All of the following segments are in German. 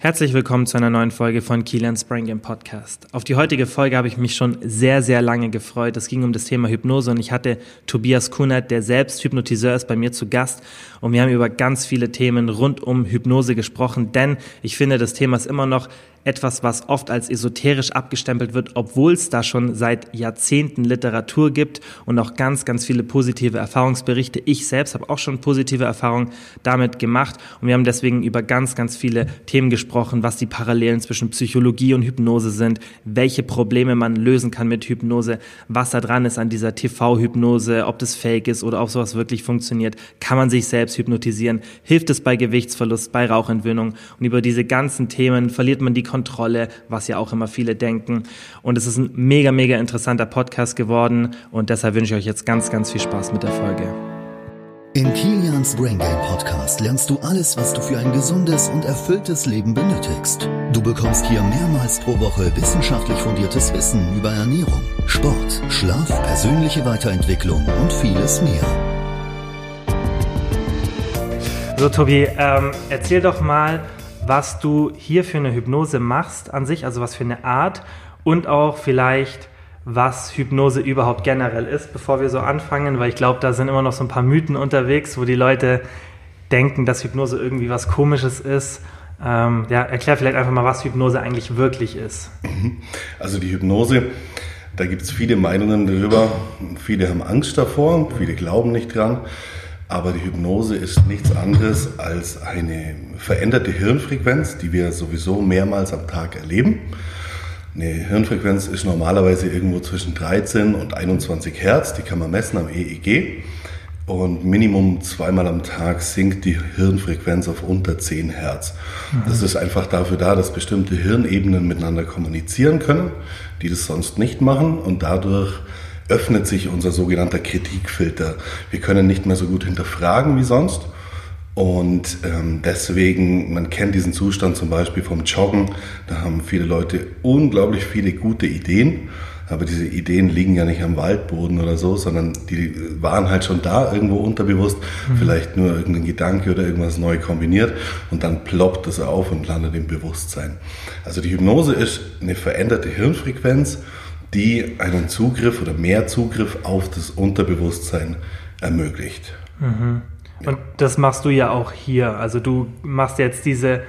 Herzlich willkommen zu einer neuen Folge von Kilian's Brain Game Podcast. Auf die heutige Folge habe ich mich schon sehr, sehr lange gefreut. Es ging um das Thema Hypnose und ich hatte Tobias Kunert, der selbst Hypnotiseur ist, bei mir zu Gast. Und wir haben über ganz viele Themen rund um Hypnose gesprochen, denn ich finde, das Thema ist immer noch etwas, was oft als esoterisch abgestempelt wird, obwohl es da schon seit Jahrzehnten Literatur gibt und auch ganz, ganz viele positive Erfahrungsberichte. Ich selbst habe auch schon positive Erfahrungen damit gemacht und wir haben deswegen über ganz, ganz viele Themen gesprochen, was die Parallelen zwischen Psychologie und Hypnose sind, welche Probleme man lösen kann mit Hypnose, was da dran ist an dieser TV-Hypnose, ob das fake ist oder ob sowas wirklich funktioniert, kann man sich selbst hypnotisieren, hilft es bei Gewichtsverlust, bei Rauchentwöhnung und über diese ganzen Themen verliert man die Kontrolle, was ja auch immer viele denken. Und es ist ein mega, mega interessanter Podcast geworden und deshalb wünsche ich euch jetzt ganz, ganz viel Spaß mit der Folge. In Kilian's Brain Game Podcast lernst du alles, was du für ein gesundes und erfülltes Leben benötigst. Du bekommst hier mehrmals pro Woche wissenschaftlich fundiertes Wissen über Ernährung, Sport, Schlaf, persönliche Weiterentwicklung und vieles mehr. So, Tobi, erzähl doch mal, was du hier für eine Hypnose machst an sich, also was für eine Art und auch vielleicht, was Hypnose überhaupt generell ist, bevor wir so anfangen, weil ich glaube, da sind immer noch so ein paar Mythen unterwegs, wo die Leute denken, dass Hypnose irgendwie was Komisches ist. Erklär vielleicht einfach mal, was Hypnose eigentlich wirklich ist. Also die Hypnose, da gibt es viele Meinungen darüber. Viele haben Angst davor, viele glauben nicht dran. Aber die Hypnose ist nichts anderes als eine veränderte Hirnfrequenz, die wir sowieso mehrmals am Tag erleben. Eine Hirnfrequenz ist normalerweise irgendwo zwischen 13 und 21 Hertz, die kann man messen am EEG. Und Minimum 2-mal am Tag sinkt die Hirnfrequenz auf unter 10 Hertz. Das ist einfach dafür da, dass bestimmte Hirnebenen miteinander kommunizieren können, die das sonst nicht machen und dadurch öffnet sich unser sogenannter Kritikfilter. Wir können nicht mehr so gut hinterfragen wie sonst und deswegen, man kennt diesen Zustand zum Beispiel vom Joggen, da haben viele Leute unglaublich viele gute Ideen, aber diese Ideen liegen ja nicht am Waldboden oder so, sondern die waren halt schon da, irgendwo unterbewusst, vielleicht nur irgendein Gedanke oder irgendwas neu kombiniert und dann ploppt es auf und landet im Bewusstsein. Also die Hypnose ist eine veränderte Hirnfrequenz, die einen Zugriff oder mehr Zugriff auf das Unterbewusstsein ermöglicht. Mhm. Und das machst du ja auch hier. Also du machst jetzt diese,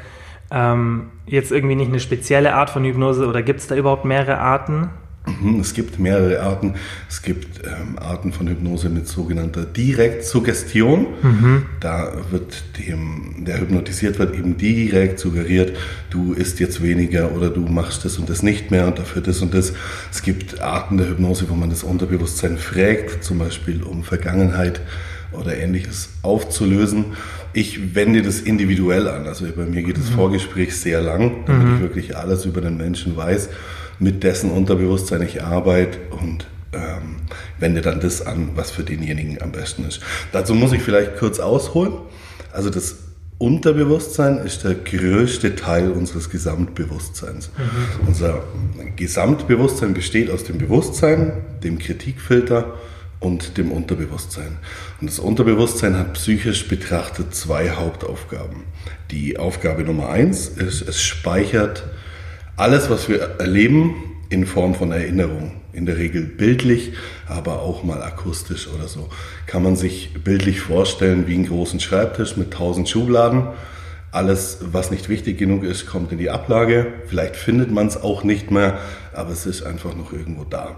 jetzt irgendwie nicht eine spezielle Art von Hypnose oder gibt es da überhaupt mehrere Arten? Es gibt mehrere Arten. Es gibt Arten von Hypnose mit sogenannter Direktsuggestion. Da wird der hypnotisiert wird, eben direkt suggeriert, du isst jetzt weniger oder du machst das und das nicht mehr und dafür das und das. Es gibt Arten der Hypnose, wo man das Unterbewusstsein fragt, zum Beispiel um Vergangenheit oder Ähnliches aufzulösen. Ich wende das individuell an. Also bei mir geht das Vorgespräch sehr lang, damit ich wirklich alles über den Menschen weiß, mit dessen Unterbewusstsein ich arbeite und wende dann das an, was für denjenigen am besten ist. Dazu muss ich vielleicht kurz ausholen. Also das Unterbewusstsein ist der größte Teil unseres Gesamtbewusstseins. Unser Gesamtbewusstsein besteht aus dem Bewusstsein, dem Kritikfilter und dem Unterbewusstsein. Und das Unterbewusstsein hat psychisch betrachtet 2 Hauptaufgaben. Die Aufgabe Nummer 1 ist, es speichert alles, was wir erleben, in Form von Erinnerung. In der Regel bildlich, aber auch mal akustisch oder so. Kann man sich bildlich vorstellen wie einen großen Schreibtisch mit 1000 Schubladen. Alles, was nicht wichtig genug ist, kommt in die Ablage. Vielleicht findet man es auch nicht mehr, aber es ist einfach noch irgendwo da.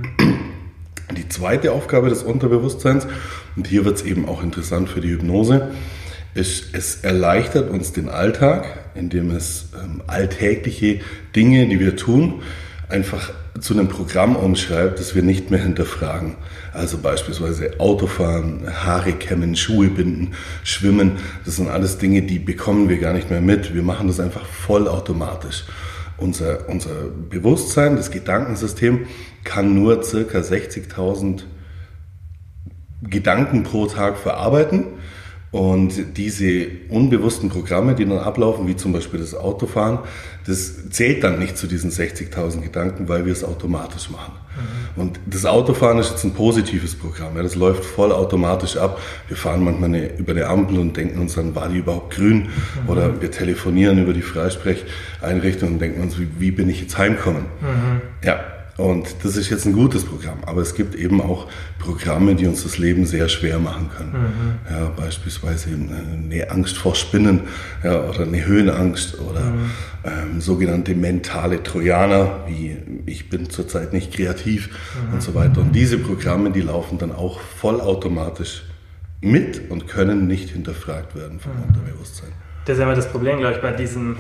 Die zweite Aufgabe des Unterbewusstseins, und hier wird es eben auch interessant für die Hypnose, ist, es erleichtert uns den Alltag, indem es alltägliche Dinge, die wir tun, einfach zu einem Programm umschreibt, das wir nicht mehr hinterfragen. Also beispielsweise Autofahren, Haare kämmen, Schuhe binden, Schwimmen. Das sind alles Dinge, die bekommen wir gar nicht mehr mit. Wir machen das einfach vollautomatisch. Unser Bewusstsein, das Gedankensystem, kann nur ca. 60.000 Gedanken pro Tag verarbeiten. Und diese unbewussten Programme, die dann ablaufen, wie zum Beispiel das Autofahren, das zählt dann nicht zu diesen 60.000 Gedanken, weil wir es automatisch machen. Und das Autofahren ist jetzt ein positives Programm. Ja, das läuft voll automatisch ab. Wir fahren manchmal über eine Ampel und denken uns dann, war die überhaupt grün? Oder wir telefonieren über die Freisprecheinrichtung und denken uns, wie bin ich jetzt heimgekommen? Ja. Und das ist jetzt ein gutes Programm, aber es gibt eben auch Programme, die uns das Leben sehr schwer machen können. Ja, beispielsweise eine Angst vor Spinnen, ja, oder eine Höhenangst oder sogenannte mentale Trojaner, wie ich bin zurzeit nicht kreativ und so weiter. Und diese Programme, die laufen dann auch vollautomatisch mit und können nicht hinterfragt werden vom Unterbewusstsein. Das ist ja immer das Problem, glaube ich, bei diesem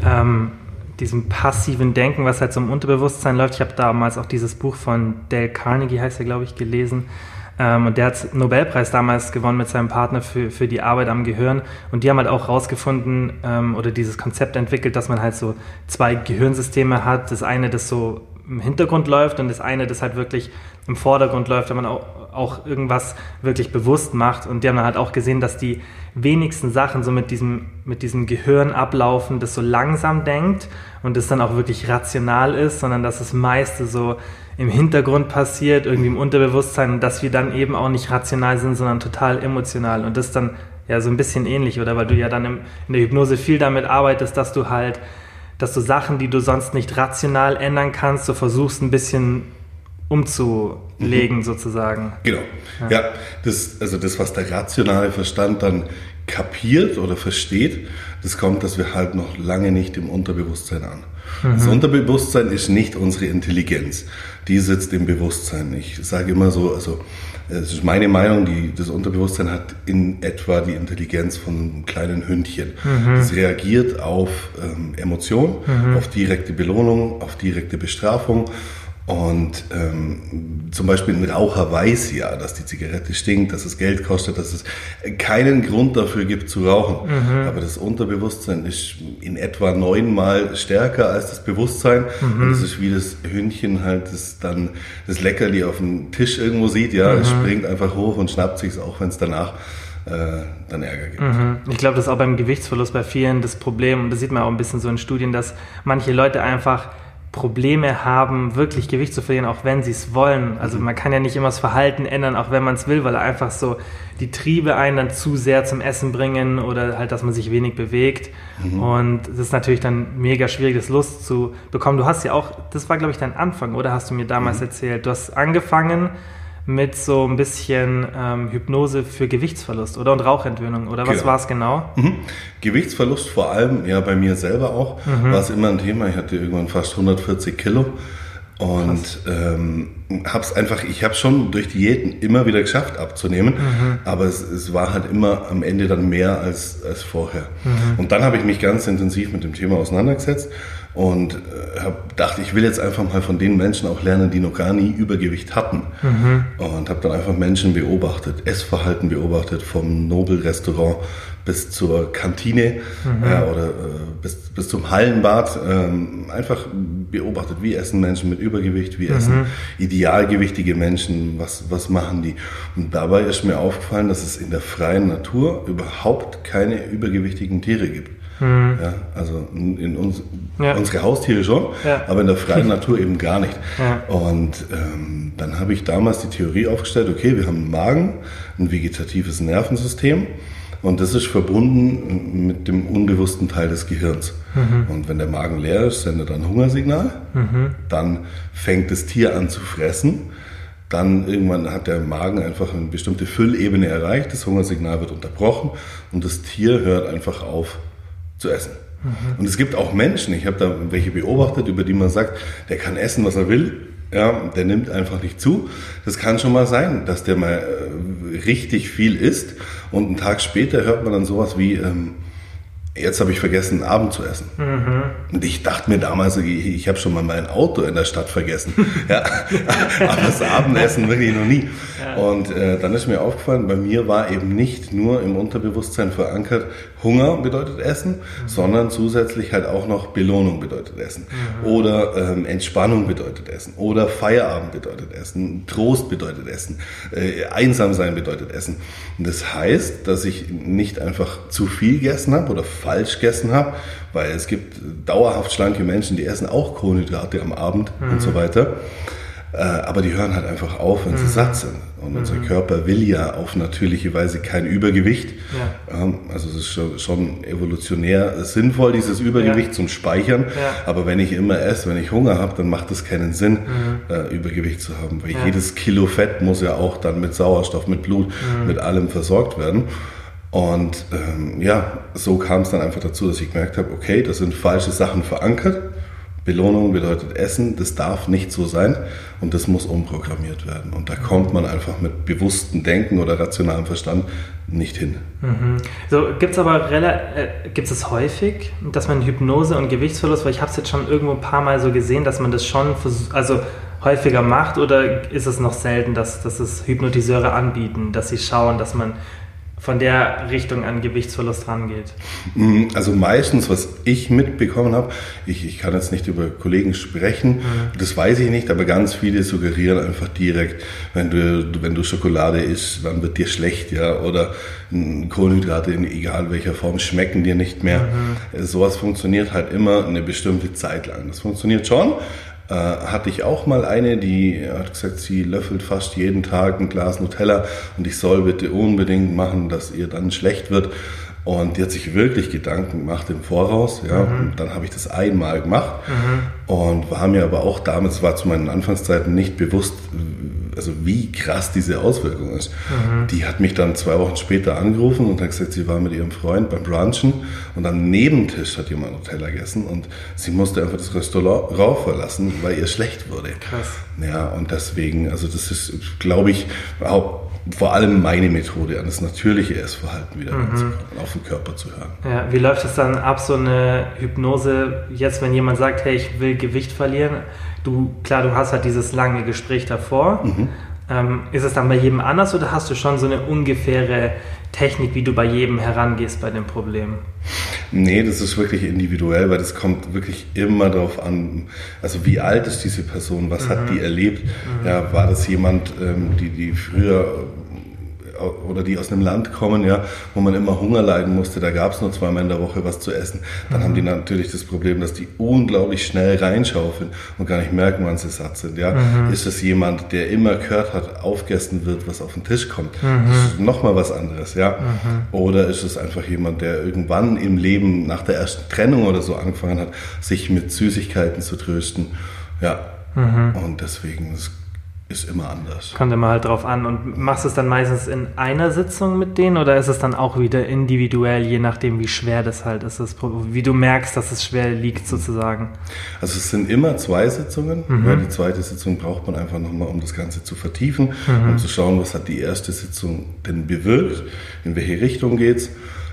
passiven Denken, was halt so im Unterbewusstsein läuft. Ich habe damals auch dieses Buch von Dale Carnegie, heißt er, glaube ich, gelesen. Und der hat den Nobelpreis damals gewonnen mit seinem Partner für die Arbeit am Gehirn. Und die haben halt auch rausgefunden oder dieses Konzept entwickelt, dass man halt so 2 Gehirnsysteme hat. Das eine, das so im Hintergrund läuft und das eine, das halt wirklich im Vordergrund läuft, wenn man auch irgendwas wirklich bewusst macht. Und die haben dann halt auch gesehen, dass die wenigsten Sachen so mit diesem Gehirn ablaufen, das so langsam denkt und das dann auch wirklich rational ist, sondern dass das meiste so im Hintergrund passiert, irgendwie im Unterbewusstsein und dass wir dann eben auch nicht rational sind, sondern total emotional. Und das ist dann ja so ein bisschen ähnlich, oder? Weil du ja dann in der Hypnose viel damit arbeitest, dass du Sachen, die du sonst nicht rational ändern kannst, so versuchst ein bisschen umzulegen sozusagen. Genau. Ja, das, was der rationale Verstand dann kapiert oder versteht, das kommt, dass wir halt noch lange nicht im Unterbewusstsein an. Das Unterbewusstsein ist nicht unsere Intelligenz. Die sitzt im Bewusstsein. Ich sage immer so, also es ist meine Meinung, das Unterbewusstsein hat in etwa die Intelligenz von einem kleinen Hündchen. Es reagiert auf Emotionen, auf direkte Belohnung, auf direkte Bestrafung. Und zum Beispiel ein Raucher weiß ja, dass die Zigarette stinkt, dass es Geld kostet, dass es keinen Grund dafür gibt zu rauchen. Aber das Unterbewusstsein ist in etwa 9-mal stärker als das Bewusstsein. Und das ist wie das Hündchen halt, das Leckerli auf dem Tisch irgendwo sieht. Ja, es springt einfach hoch und schnappt sich's, auch wenn es danach dann Ärger gibt. Ich glaube, das ist auch beim Gewichtsverlust bei vielen das Problem. Und das sieht man auch ein bisschen so in Studien, dass manche Leute einfach Probleme haben, wirklich Gewicht zu verlieren, auch wenn sie es wollen. Also man kann ja nicht immer das Verhalten ändern, auch wenn man es will, weil einfach so die Triebe einen dann zu sehr zum Essen bringen oder halt, dass man sich wenig bewegt. Und es ist natürlich dann mega schwierig, das Lust zu bekommen. Du hast ja auch, das war glaube ich dein Anfang, oder? Hast du mir damals erzählt. Du hast angefangen mit so ein bisschen Hypnose für Gewichtsverlust, oder? Und Rauchentwöhnung, oder was war es genau? Gewichtsverlust vor allem, ja bei mir selber auch, war es immer ein Thema. Ich hatte irgendwann fast 140 Kilo und ich habe schon durch Diäten immer wieder geschafft abzunehmen, aber es war halt immer am Ende dann mehr als vorher. Und dann habe ich mich ganz intensiv mit dem Thema auseinandergesetzt und dachte, ich will jetzt einfach mal von den Menschen auch lernen, die noch gar nie Übergewicht hatten. Und habe dann einfach Menschen beobachtet, Essverhalten beobachtet, vom Nobel-Restaurant bis zur Kantine oder bis zum Hallenbad. Einfach beobachtet, wie essen Menschen mit Übergewicht, wie essen idealgewichtige Menschen, was machen die. Und dabei ist mir aufgefallen, dass es in der freien Natur überhaupt keine übergewichtigen Tiere gibt. Ja, also in unsere Haustiere schon, aber in der freien Natur eben gar nicht. Und dann habe ich damals die Theorie aufgestellt, okay, wir haben einen Magen, ein vegetatives Nervensystem und das ist verbunden mit dem unbewussten Teil des Gehirns. Und wenn der Magen leer ist, sendet er ein Hungersignal, dann fängt das Tier an zu fressen. Dann irgendwann hat der Magen einfach eine bestimmte Füllebene erreicht, das Hungersignal wird unterbrochen und das Tier hört einfach auf zu essen. Und es gibt auch Menschen, ich habe da welche beobachtet, über die man sagt, der kann essen, was er will, ja, der nimmt einfach nicht zu. Das kann schon mal sein, dass der mal richtig viel isst und einen Tag später hört man dann sowas wie, jetzt habe ich vergessen, Abend zu essen. Und ich dachte mir damals, ich habe schon mal mein Auto in der Stadt vergessen. Ja, aber das Abendessen wirklich noch nie. Ja. Und dann ist mir aufgefallen, bei mir war eben nicht nur im Unterbewusstsein verankert, Hunger bedeutet Essen, sondern zusätzlich halt auch noch Belohnung bedeutet Essen. Oder Entspannung bedeutet Essen. Oder Feierabend bedeutet Essen. Trost bedeutet Essen. Einsam sein bedeutet Essen. Und das heißt, dass ich nicht einfach zu viel gegessen habe oder falsch gegessen habe, weil es gibt dauerhaft schlanke Menschen, die essen auch Kohlenhydrate am Abend und so weiter. Aber die hören halt einfach auf, wenn sie satt sind. Und unser Körper will ja auf natürliche Weise kein Übergewicht. Ja. Also es ist schon evolutionär sinnvoll, dieses Übergewicht zum Speichern. Ja. Aber wenn ich immer esse, wenn ich Hunger habe, dann macht es keinen Sinn, Übergewicht zu haben. Weil jedes Kilo Fett muss ja auch dann mit Sauerstoff, mit Blut, mit allem versorgt werden. Und so kam es dann einfach dazu, dass ich gemerkt habe, okay, das sind falsche Sachen verankert. Belohnung bedeutet Essen, das darf nicht so sein und das muss umprogrammiert werden. Und da kommt man einfach mit bewusstem Denken oder rationalem Verstand nicht hin. So, gibt es häufig, dass man Hypnose und Gewichtsverlust, weil ich habe es jetzt schon irgendwo ein paar Mal so gesehen, dass man das schon häufiger macht, oder ist es noch selten, dass es Hypnotiseure anbieten, dass sie schauen, dass man von der Richtung an Gewichtsverlust rangeht? Also meistens, was ich mitbekommen habe, ich kann jetzt nicht über Kollegen sprechen, das weiß ich nicht, aber ganz viele suggerieren einfach direkt, wenn du Schokolade isst, dann wird dir schlecht, ja, oder Kohlenhydrate in egal welcher Form schmecken dir nicht mehr. Sowas funktioniert halt immer eine bestimmte Zeit lang. Das funktioniert schon. Hatte ich auch mal eine, die hat gesagt, sie löffelt fast jeden Tag ein Glas Nutella und ich soll bitte unbedingt machen, dass ihr dann schlecht wird. Und die hat sich wirklich Gedanken gemacht im Voraus. Ja. Und dann habe ich das einmal gemacht und war mir aber auch damals, war zu meinen Anfangszeiten nicht bewusst, also wie krass diese Auswirkung ist. Die hat mich dann 2 Wochen später angerufen und hat gesagt, sie war mit ihrem Freund beim Brunchen und am Nebentisch hat jemand Nutella gegessen und sie musste einfach das Restaurant verlassen, weil ihr schlecht wurde. Krass. Ja, und deswegen, also das ist, glaube ich, auch vor allem meine Methode, an das natürliche Essverhalten wieder ranzukommen, auf den Körper zu hören. Ja, wie läuft es dann ab, so eine Hypnose, jetzt wenn jemand sagt, hey, ich will Gewicht verlieren, du hast halt dieses lange Gespräch davor, ist es dann bei jedem anders oder hast du schon so eine ungefähre Technik, wie du bei jedem herangehst bei dem Problem? Nee, das ist wirklich individuell, weil das kommt wirklich immer darauf an, also wie alt ist diese Person, was hat die erlebt, ja, war das jemand, die früher oder die aus einem Land kommen, ja, wo man immer Hunger leiden musste, da gab es nur 2-mal in der Woche was zu essen, dann haben die natürlich das Problem, dass die unglaublich schnell reinschaufeln und gar nicht merken, wann sie satt sind. Ja. Ist es jemand, der immer gehört hat, aufgegessen wird, was auf den Tisch kommt, das ist nochmal was anderes. Ja. Oder ist es einfach jemand, der irgendwann im Leben nach der ersten Trennung oder so angefangen hat, sich mit Süßigkeiten zu trösten. Ja. Und deswegen ist immer anders. Kommt immer halt drauf an. Und machst du es dann meistens in einer Sitzung mit denen oder ist es dann auch wieder individuell, je nachdem wie schwer das halt ist, wie du merkst, dass es schwer liegt sozusagen? Also es sind immer 2 Sitzungen. Ja, die zweite Sitzung braucht man einfach nochmal, um das Ganze zu vertiefen, um zu schauen, was hat die erste Sitzung denn bewirkt, in welche Richtung geht's.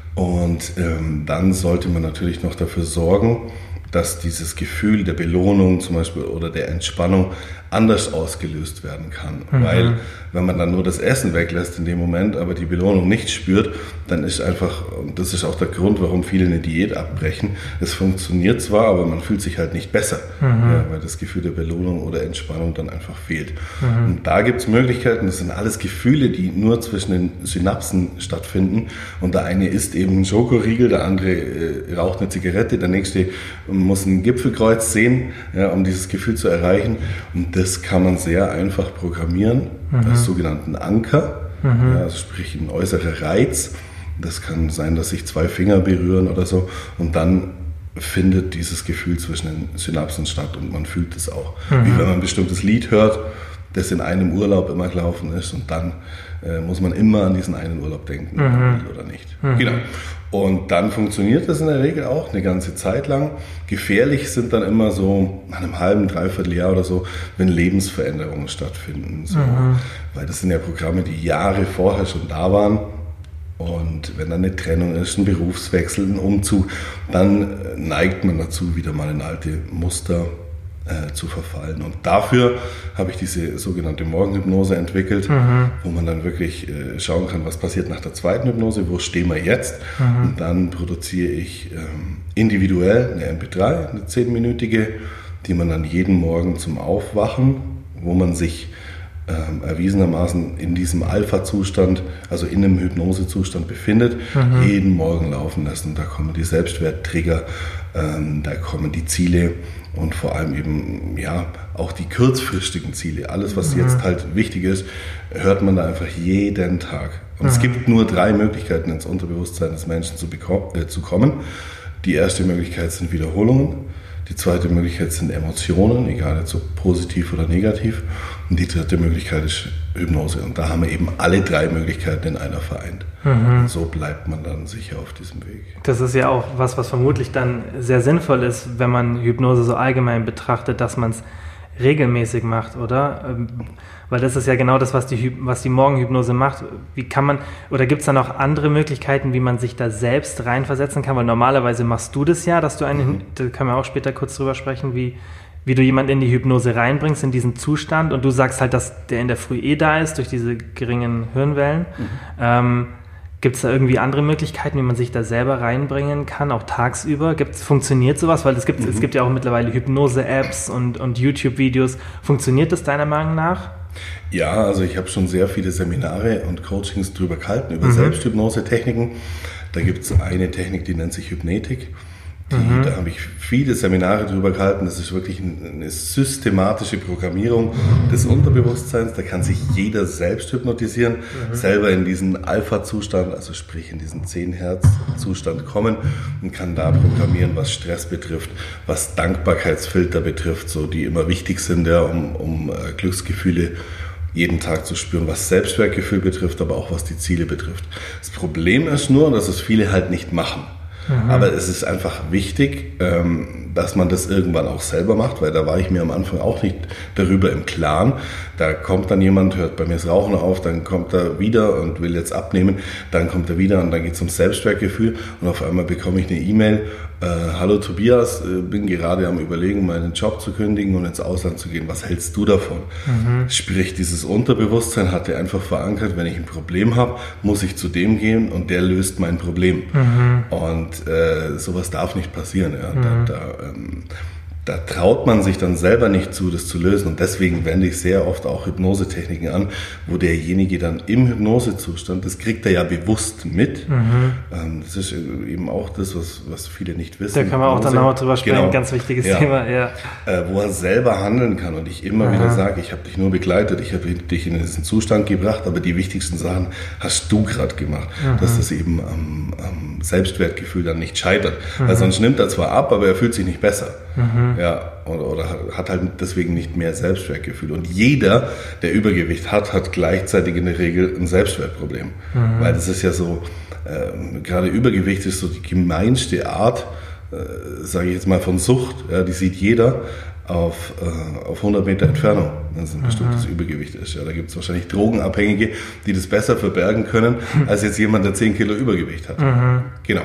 Und dann sollte man natürlich noch dafür sorgen, dass dieses Gefühl der Belohnung zum Beispiel oder der Entspannung anders ausgelöst werden kann. Weil wenn man dann nur das Essen weglässt in dem Moment, aber die Belohnung nicht spürt, dann ist einfach, und das ist auch der Grund, warum viele eine Diät abbrechen, es funktioniert zwar, aber man fühlt sich halt nicht besser, ja, weil das Gefühl der Belohnung oder Entspannung dann einfach fehlt. Und da gibt es Möglichkeiten, das sind alles Gefühle, die nur zwischen den Synapsen stattfinden und der eine isst eben einen Schokoriegel, der andere raucht eine Zigarette, der nächste muss ein Gipfelkreuz sehen, ja, um dieses Gefühl zu erreichen. Und das kann man sehr einfach programmieren, als sogenannten Anker, ja, also sprich ein äußerer Reiz. Das kann sein, dass sich 2 Finger berühren oder so und dann findet dieses Gefühl zwischen den Synapsen statt und man fühlt es auch. Wie wenn man ein bestimmtes Lied hört, das in einem Urlaub immer gelaufen ist und dann muss man immer an diesen einen Urlaub denken, ob man will oder nicht. Genau. Und dann funktioniert das in der Regel auch eine ganze Zeit lang. Gefährlich sind dann immer so nach einem halben, dreiviertel Jahr oder so, wenn Lebensveränderungen stattfinden. So. Weil das sind ja Programme, die Jahre vorher schon da waren Und wenn dann eine Trennung ist, ein Berufswechsel, ein Umzug, dann neigt man dazu, wieder mal in alte Muster zu verfallen. Und dafür habe ich diese sogenannte Morgenhypnose entwickelt, wo man dann wirklich schauen kann, was passiert nach der zweiten Hypnose, wo stehen wir jetzt. Und dann produziere ich individuell eine MP3, eine 10-minütige, die man dann jeden Morgen zum Aufwachen, wo man sich erwiesenermaßen in diesem Alpha-Zustand, also in einem Hypnose-Zustand befindet, jeden Morgen laufen lassen. Und da kommen die Selbstwerttrigger, da kommen die Ziele und vor allem eben auch die kurzfristigen Ziele. Alles, was jetzt halt wichtig ist, hört man da einfach jeden Tag. Und es gibt nur 3 Möglichkeiten, ins Unterbewusstsein des Menschen zu kommen. Die erste Möglichkeit sind Wiederholungen. Die zweite Möglichkeit sind Emotionen, egal jetzt ob positiv oder negativ. Und die dritte Möglichkeit ist Hypnose. Und da haben wir eben alle 3 Möglichkeiten in einer vereint. Und so bleibt man dann sicher auf diesem Weg. Das ist ja auch was vermutlich dann sehr sinnvoll ist, wenn man Hypnose so allgemein betrachtet, dass man es regelmäßig macht, oder? Weil das ist ja genau das, was die Morgenhypnose macht. Wie kann man, oder gibt es da noch andere Möglichkeiten, wie man sich da selbst reinversetzen kann? Weil normalerweise machst du das ja, dass du da können wir auch später kurz drüber sprechen, wie du jemanden in die Hypnose reinbringst, in diesen Zustand. Und du sagst halt, dass der in der Früh da ist, durch diese geringen Hirnwellen. Gibt es da irgendwie andere Möglichkeiten, wie man sich da selber reinbringen kann, auch tagsüber? Funktioniert sowas? Weil es gibt ja auch mittlerweile Hypnose-Apps und YouTube-Videos. Funktioniert das deiner Meinung nach? Ja, also ich habe schon sehr viele Seminare und Coachings drüber gehalten, über Selbsthypnose-Techniken. Da gibt es eine Technik, die nennt sich Hypnetik. Da habe ich viele Seminare drüber gehalten. Das ist wirklich eine systematische Programmierung des Unterbewusstseins. Da kann sich jeder selbst hypnotisieren, selber in diesen Alpha-Zustand, also sprich in diesen 10-Hertz-Zustand kommen und kann da programmieren, was Stress betrifft, was Dankbarkeitsfilter betrifft, so die immer wichtig sind, um Glücksgefühle jeden Tag zu spüren, was Selbstwertgefühl betrifft, aber auch was die Ziele betrifft. Das Problem ist nur, dass es viele halt nicht machen. Aber es ist einfach wichtig, dass man das irgendwann auch selber macht, weil da war ich mir am Anfang auch nicht darüber im Klaren. Da kommt dann jemand, hört bei mir das Rauchen auf, dann kommt er wieder und will jetzt abnehmen, dann kommt er wieder und dann geht es ums Selbstwertgefühl und auf einmal bekomme ich eine E-Mail, hallo Tobias, bin gerade am Überlegen, meinen Job zu kündigen und ins Ausland zu gehen. Was hältst du davon? Sprich, dieses Unterbewusstsein hat er einfach verankert, wenn ich ein Problem habe, muss ich zu dem gehen und der löst mein Problem. Und sowas darf nicht passieren. Ja. Da traut man sich dann selber nicht zu, das zu lösen. Und deswegen wende ich sehr oft auch Hypnosetechniken an, wo derjenige dann im Hypnosezustand, das kriegt er ja bewusst mit. Das ist eben auch das, was viele nicht wissen. Da können wir auch dann nochmal drüber sprechen, genau. Ganz wichtiges Thema. Ja. Wo er selber handeln kann. Und ich immer wieder sage, ich habe dich nur begleitet, ich habe dich in diesen Zustand gebracht, aber die wichtigsten Sachen hast du gerade gemacht. Dass das eben am Selbstwertgefühl dann nicht scheitert. Weil sonst nimmt er zwar ab, aber er fühlt sich nicht besser. Ja, oder hat halt deswegen nicht mehr Selbstwertgefühl. Und jeder, der Übergewicht hat gleichzeitig in der Regel ein Selbstwertproblem. Weil das ist ja so, gerade Übergewicht ist so die gemeinste Art, sage ich jetzt mal, von Sucht. Ja, die sieht jeder auf 100 Meter Entfernung, wenn es ein bestimmtes Übergewicht ist. Ja, da gibt es wahrscheinlich Drogenabhängige, die das besser verbergen können, als jetzt jemand, der 10 Kilo Übergewicht hat. Genau.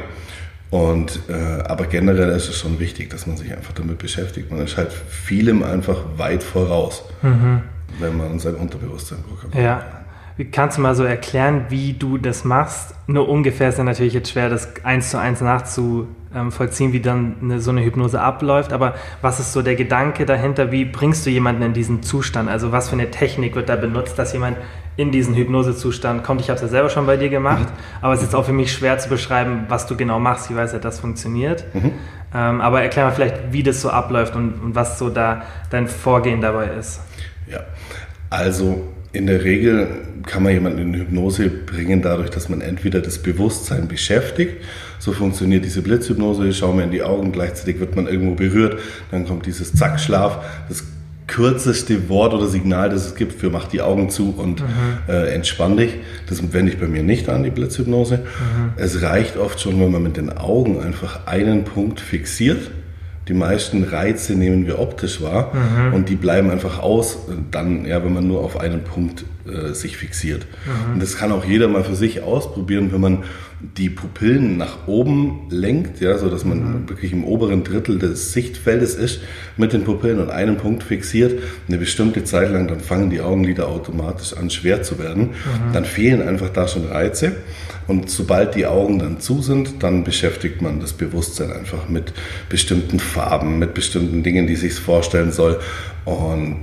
Und aber generell ist es schon wichtig, dass man sich einfach damit beschäftigt. Man ist halt vielem einfach weit voraus, wenn man sein Unterbewusstsein programmiert. Ja. Wie kannst du mal so erklären, wie du das machst? Nur ungefähr ist ja natürlich jetzt schwer, das 1:1 nachzuvollziehen, wie dann so eine Hypnose abläuft. Aber was ist so der Gedanke dahinter? Wie bringst du jemanden in diesen Zustand? Also was für eine Technik wird da benutzt, dass jemand in diesen Hypnosezustand kommt? Ich habe es ja selber schon bei dir gemacht, aber es ist auch für mich schwer zu beschreiben, was du genau machst. Ich weiß ja, das funktioniert. Aber erklär mal vielleicht, wie das so abläuft und was so da dein Vorgehen dabei ist. Ja, also in der Regel kann man jemanden in Hypnose bringen, dadurch, dass man entweder das Bewusstsein beschäftigt, so funktioniert diese Blitzhypnose, ich schaue mir in die Augen, gleichzeitig wird man irgendwo berührt, dann kommt dieses Zack-Schlaf, das kürzeste Wort oder Signal, das es gibt für mach die Augen zu und entspann dich. Das wende ich bei mir nicht an, die Blitzhypnose. Es reicht oft schon, wenn man mit den Augen einfach einen Punkt fixiert. Die meisten Reize nehmen wir optisch wahr und die bleiben einfach aus, dann, ja, wenn man nur auf einen Punkt sich fixiert. Und das kann auch jeder mal für sich ausprobieren, wenn man die Pupillen nach oben lenkt, ja, so dass man wirklich im oberen Drittel des Sichtfeldes ist, mit den Pupillen und einen Punkt fixiert, eine bestimmte Zeit lang, dann fangen die Augenlider automatisch an schwer zu werden. Dann fehlen einfach da schon Reize. Und sobald die Augen dann zu sind, dann beschäftigt man das Bewusstsein einfach mit bestimmten Farben, mit bestimmten Dingen, die sich vorstellen soll. Und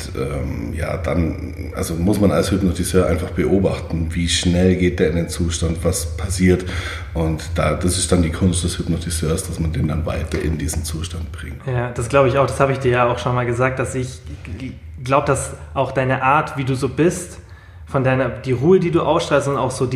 dann muss man als Hypnotiseur einfach beobachten, wie schnell geht der in den Zustand, was passiert. Und das ist dann die Kunst des Hypnotiseurs, dass man den dann weiter in diesen Zustand bringt. Ja, das glaube ich auch. Das habe ich dir ja auch schon mal gesagt, dass ich glaube, dass auch deine Art, wie du so bist, die Ruhe, die du ausstrahlst und auch so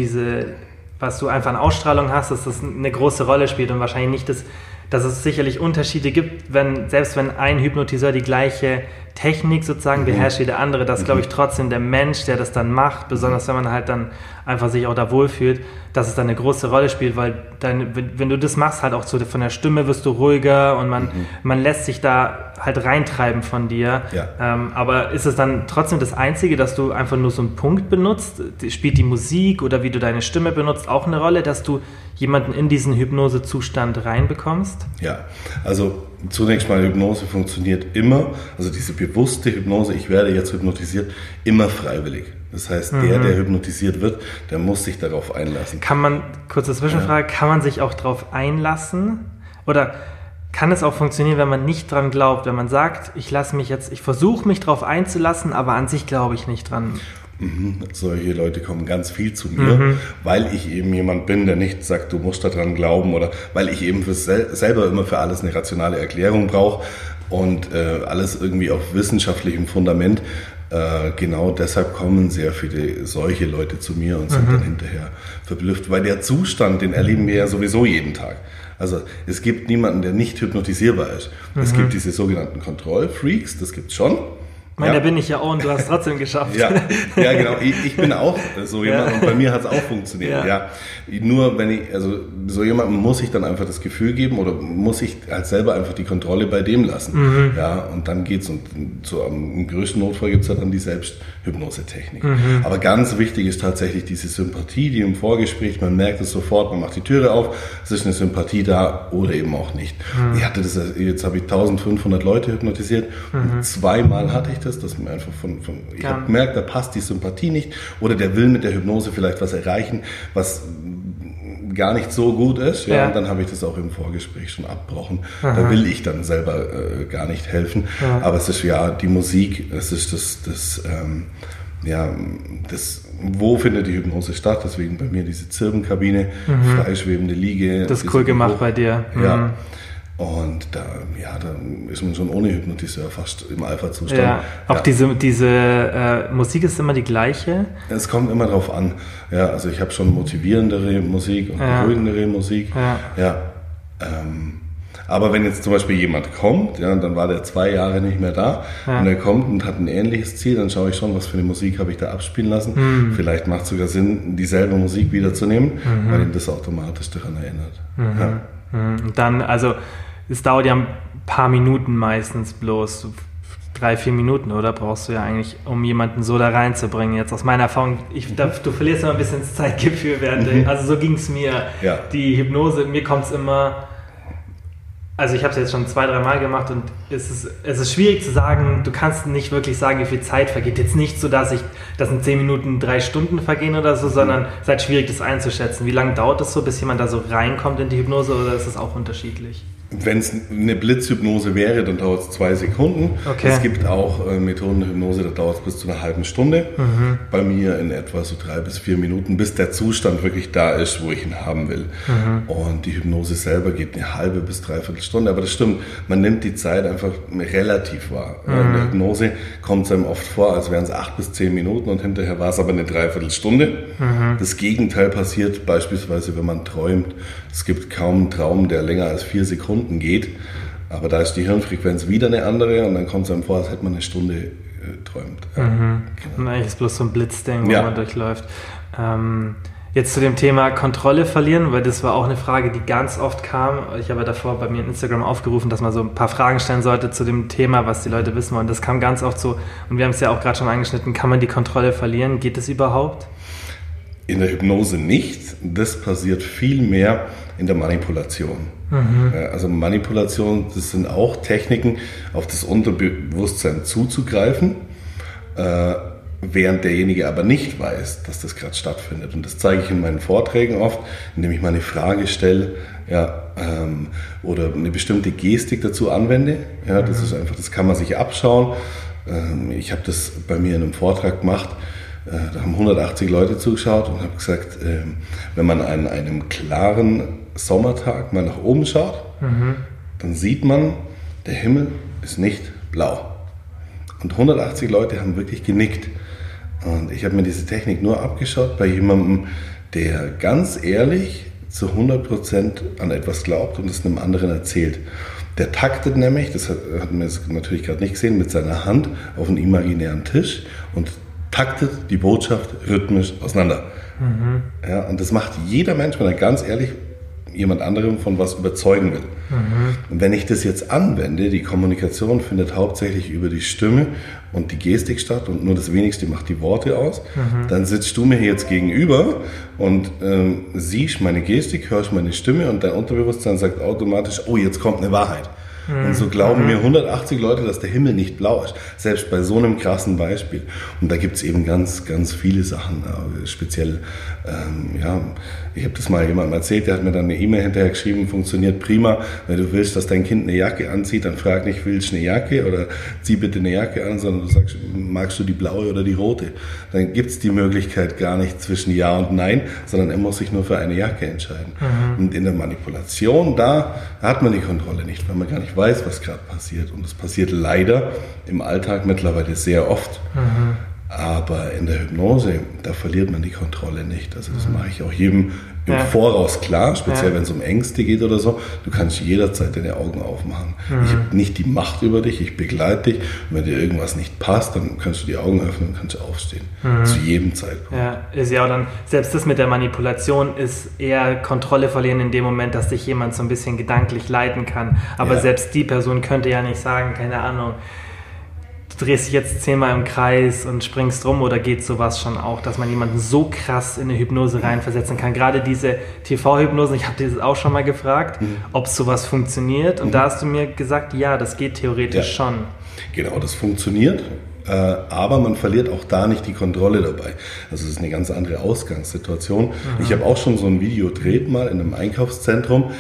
was du einfach an Ausstrahlung hast, dass das eine große Rolle spielt und wahrscheinlich nicht dass es sicherlich Unterschiede gibt, selbst wenn ein Hypnotiseur die gleiche Technik sozusagen beherrscht wie der andere, dass, glaube ich, trotzdem der Mensch, der das dann macht, besonders wenn man halt dann einfach sich auch da wohlfühlt, dass es dann eine große Rolle spielt, weil wenn du das machst, halt auch so von der Stimme wirst du ruhiger und man lässt sich da halt reintreiben von dir. Ja. Aber ist es dann trotzdem das Einzige, dass du einfach nur so einen Punkt benutzt? Spielt die Musik oder wie du deine Stimme benutzt auch eine Rolle, dass du jemanden in diesen Hypnosezustand reinbekommst? Ja, also zunächst mal, Hypnose funktioniert immer, also diese bewusste Hypnose, ich werde jetzt hypnotisiert, immer freiwillig. Das heißt, der hypnotisiert wird, der muss sich darauf einlassen. Kurze Zwischenfrage, kann man sich auch darauf einlassen? Oder kann es auch funktionieren, wenn man nicht dran glaubt, wenn man sagt, ich versuche mich darauf einzulassen, aber an sich glaube ich nicht dran? Solche Leute kommen ganz viel zu mir, weil ich eben jemand bin, der nicht sagt, du musst daran glauben oder weil ich eben selber immer für alles eine rationale Erklärung brauche und alles irgendwie auf wissenschaftlichem Fundament. Genau deshalb kommen sehr viele solche Leute zu mir und sind dann hinterher verblüfft, weil der Zustand, den erleben wir ja sowieso jeden Tag. Also es gibt niemanden, der nicht hypnotisierbar ist. Es gibt diese sogenannten Kontrollfreaks, das gibt's schon. Da bin ich ja auch und du hast es trotzdem geschafft. Ja, genau. Ich bin auch so jemand und bei mir hat es auch funktioniert. Ja. Nur so jemandem muss ich dann einfach das Gefühl geben oder muss ich halt selber einfach die Kontrolle bei dem lassen. Ja, und dann geht's und so im größten Notfall gibt's ja dann die Selbsthypnose-Technik. Aber ganz wichtig ist tatsächlich diese Sympathie, die im Vorgespräch, man merkt es sofort, man macht die Türe auf, es ist eine Sympathie da oder eben auch nicht. Jetzt habe ich 1500 Leute hypnotisiert und zweimal hatte ich das mir einfach ich habe gemerkt, da passt die Sympathie nicht oder der will mit der Hypnose vielleicht was erreichen, was gar nicht so gut ist. Ja. Und dann habe ich das auch im Vorgespräch schon abgebrochen. Da will ich dann selber gar nicht helfen. Ja. Aber es ist die Musik, es ist wo findet die Hypnose statt? Deswegen bei mir diese Zirbenkabine, freischwebende Liege. Das ist cool gemacht bei dir. Ja. Und da ist man schon ohne Hypnotiseur fast im Alpha-Zustand. Ja, auch diese Musik ist immer die gleiche? Es kommt immer drauf an. Ja, also ich habe schon motivierendere Musik und beruhigendere Musik. Ja. Aber wenn jetzt zum Beispiel jemand kommt, dann war der 2 Jahre nicht mehr da und er kommt und hat ein ähnliches Ziel, dann schaue ich schon, was für eine Musik habe ich da abspielen lassen. Vielleicht macht es sogar Sinn, dieselbe Musik wiederzunehmen, weil ihn das automatisch daran erinnert. Ja. Und dann, es dauert ja ein paar Minuten meistens bloß, 3-4 Minuten, oder? Brauchst du ja eigentlich, um jemanden so da reinzubringen. Jetzt aus meiner Erfahrung, du verlierst immer ein bisschen das Zeitgefühl also so ging es mir. Ja. Die Hypnose, mir kommt es immer, also ich habe es jetzt schon 2-3 Mal gemacht und es ist schwierig zu sagen, du kannst nicht wirklich sagen, wie viel Zeit vergeht. Jetzt nicht so, dass in 10 Minuten 3 Stunden vergehen oder so, sondern es ist halt schwierig, das einzuschätzen. Wie lange dauert es so, bis jemand da so reinkommt in die Hypnose oder ist es auch unterschiedlich? Wenn es eine Blitzhypnose wäre, dann dauert es 2 Sekunden. Okay. Es gibt auch Methoden der Hypnose, da dauert es bis zu einer halben Stunde. Bei mir in etwa so 3 bis 4 Minuten, bis der Zustand wirklich da ist, wo ich ihn haben will. Und die Hypnose selber geht eine halbe bis 3/4 Stunde. Aber das stimmt, man nimmt die Zeit einfach relativ wahr. In der Hypnose kommt es einem oft vor, als wären es 8 bis 10 Minuten und hinterher war es aber eine 3/4 Stunde. Das Gegenteil passiert beispielsweise, wenn man träumt. Es gibt kaum einen Traum, der länger als 4 Sekunden geht, aber da ist die Hirnfrequenz wieder eine andere und dann kommt es einem vor, als hätte man eine Stunde träumt. Genau. Und eigentlich ist bloß so ein Blitzding, wo man durchläuft. Jetzt zu dem Thema Kontrolle verlieren, weil das war auch eine Frage, die ganz oft kam. Ich habe davor bei mir in Instagram aufgerufen, dass man so ein paar Fragen stellen sollte zu dem Thema, was die Leute wissen wollen. Das kam ganz oft so, und wir haben es ja auch gerade schon angeschnitten, kann man die Kontrolle verlieren? Geht das überhaupt? In der Hypnose nicht. Das passiert viel mehr in der Manipulation. Also Manipulation, das sind auch Techniken, auf das Unterbewusstsein zuzugreifen, während derjenige aber nicht weiß, dass das gerade stattfindet. Und das zeige ich in meinen Vorträgen oft, indem ich mal eine Frage stelle, oder eine bestimmte Gestik dazu anwende. Ja, das ist einfach, das kann man sich abschauen. Ich habe das bei mir in einem Vortrag gemacht. Da haben 180 Leute zugeschaut und habe gesagt, wenn man an einem klaren Sommertag mal nach oben schaut, dann sieht man, der Himmel ist nicht blau. Und 180 Leute haben wirklich genickt. Und ich habe mir diese Technik nur abgeschaut bei jemandem, der ganz ehrlich zu 100% an etwas glaubt und es einem anderen erzählt. Der taktet nämlich, das hat man jetzt natürlich gerade nicht gesehen, mit seiner Hand auf einen imaginären Tisch und taktet die Botschaft rhythmisch auseinander. Ja, und das macht jeder Mensch, wenn er ganz ehrlich jemand anderem von was überzeugen will. Und wenn ich das jetzt anwende, die Kommunikation findet hauptsächlich über die Stimme und die Gestik statt und nur das Wenigste macht die Worte aus, dann sitzt du mir jetzt gegenüber und siehst meine Gestik, hörst meine Stimme und dein Unterbewusstsein sagt automatisch, oh, jetzt kommt eine Wahrheit. Und so glauben mir 180 Leute, dass der Himmel nicht blau ist. Selbst bei so einem krassen Beispiel. Und da gibt es eben ganz, ganz viele Sachen. Speziell, ich habe das mal jemandem erzählt, der hat mir dann eine E-Mail hinterher geschrieben, funktioniert prima. Wenn du willst, dass dein Kind eine Jacke anzieht, dann frag nicht, willst du eine Jacke oder zieh bitte eine Jacke an, sondern du sagst, magst du die blaue oder die rote? Dann gibt es die Möglichkeit gar nicht zwischen Ja und Nein, sondern er muss sich nur für eine Jacke entscheiden. Und in der Manipulation, da hat man die Kontrolle nicht, weil man gar nicht weiß, was gerade passiert. Und das passiert leider im Alltag mittlerweile sehr oft. Aber in der Hypnose, da verliert man die Kontrolle nicht. Also das mache ich auch jedem im Voraus klar, speziell wenn es um Ängste geht oder so. Du kannst jederzeit deine Augen aufmachen. Ich habe nicht die Macht über dich, ich begleite dich. Und wenn dir irgendwas nicht passt, dann kannst du die Augen öffnen und kannst aufstehen. Zu jedem Zeitpunkt. Ja, ist ja auch dann, selbst das mit der Manipulation ist eher Kontrolle verlieren in dem Moment, dass dich jemand so ein bisschen gedanklich leiten kann. Aber selbst die Person könnte ja nicht sagen, keine Ahnung, du drehst dich jetzt 10-mal im Kreis und springst rum, oder geht sowas schon auch, dass man jemanden so krass in eine Hypnose reinversetzen kann? Gerade diese TV-Hypnose, ich habe dir das auch schon mal gefragt, ob sowas funktioniert, und da hast du mir gesagt, ja, das geht theoretisch schon. Genau, das funktioniert. Aber man verliert auch da nicht die Kontrolle dabei. Also es ist eine ganz andere Ausgangssituation. Ich habe auch schon so ein Video gedreht mal in einem Einkaufszentrum.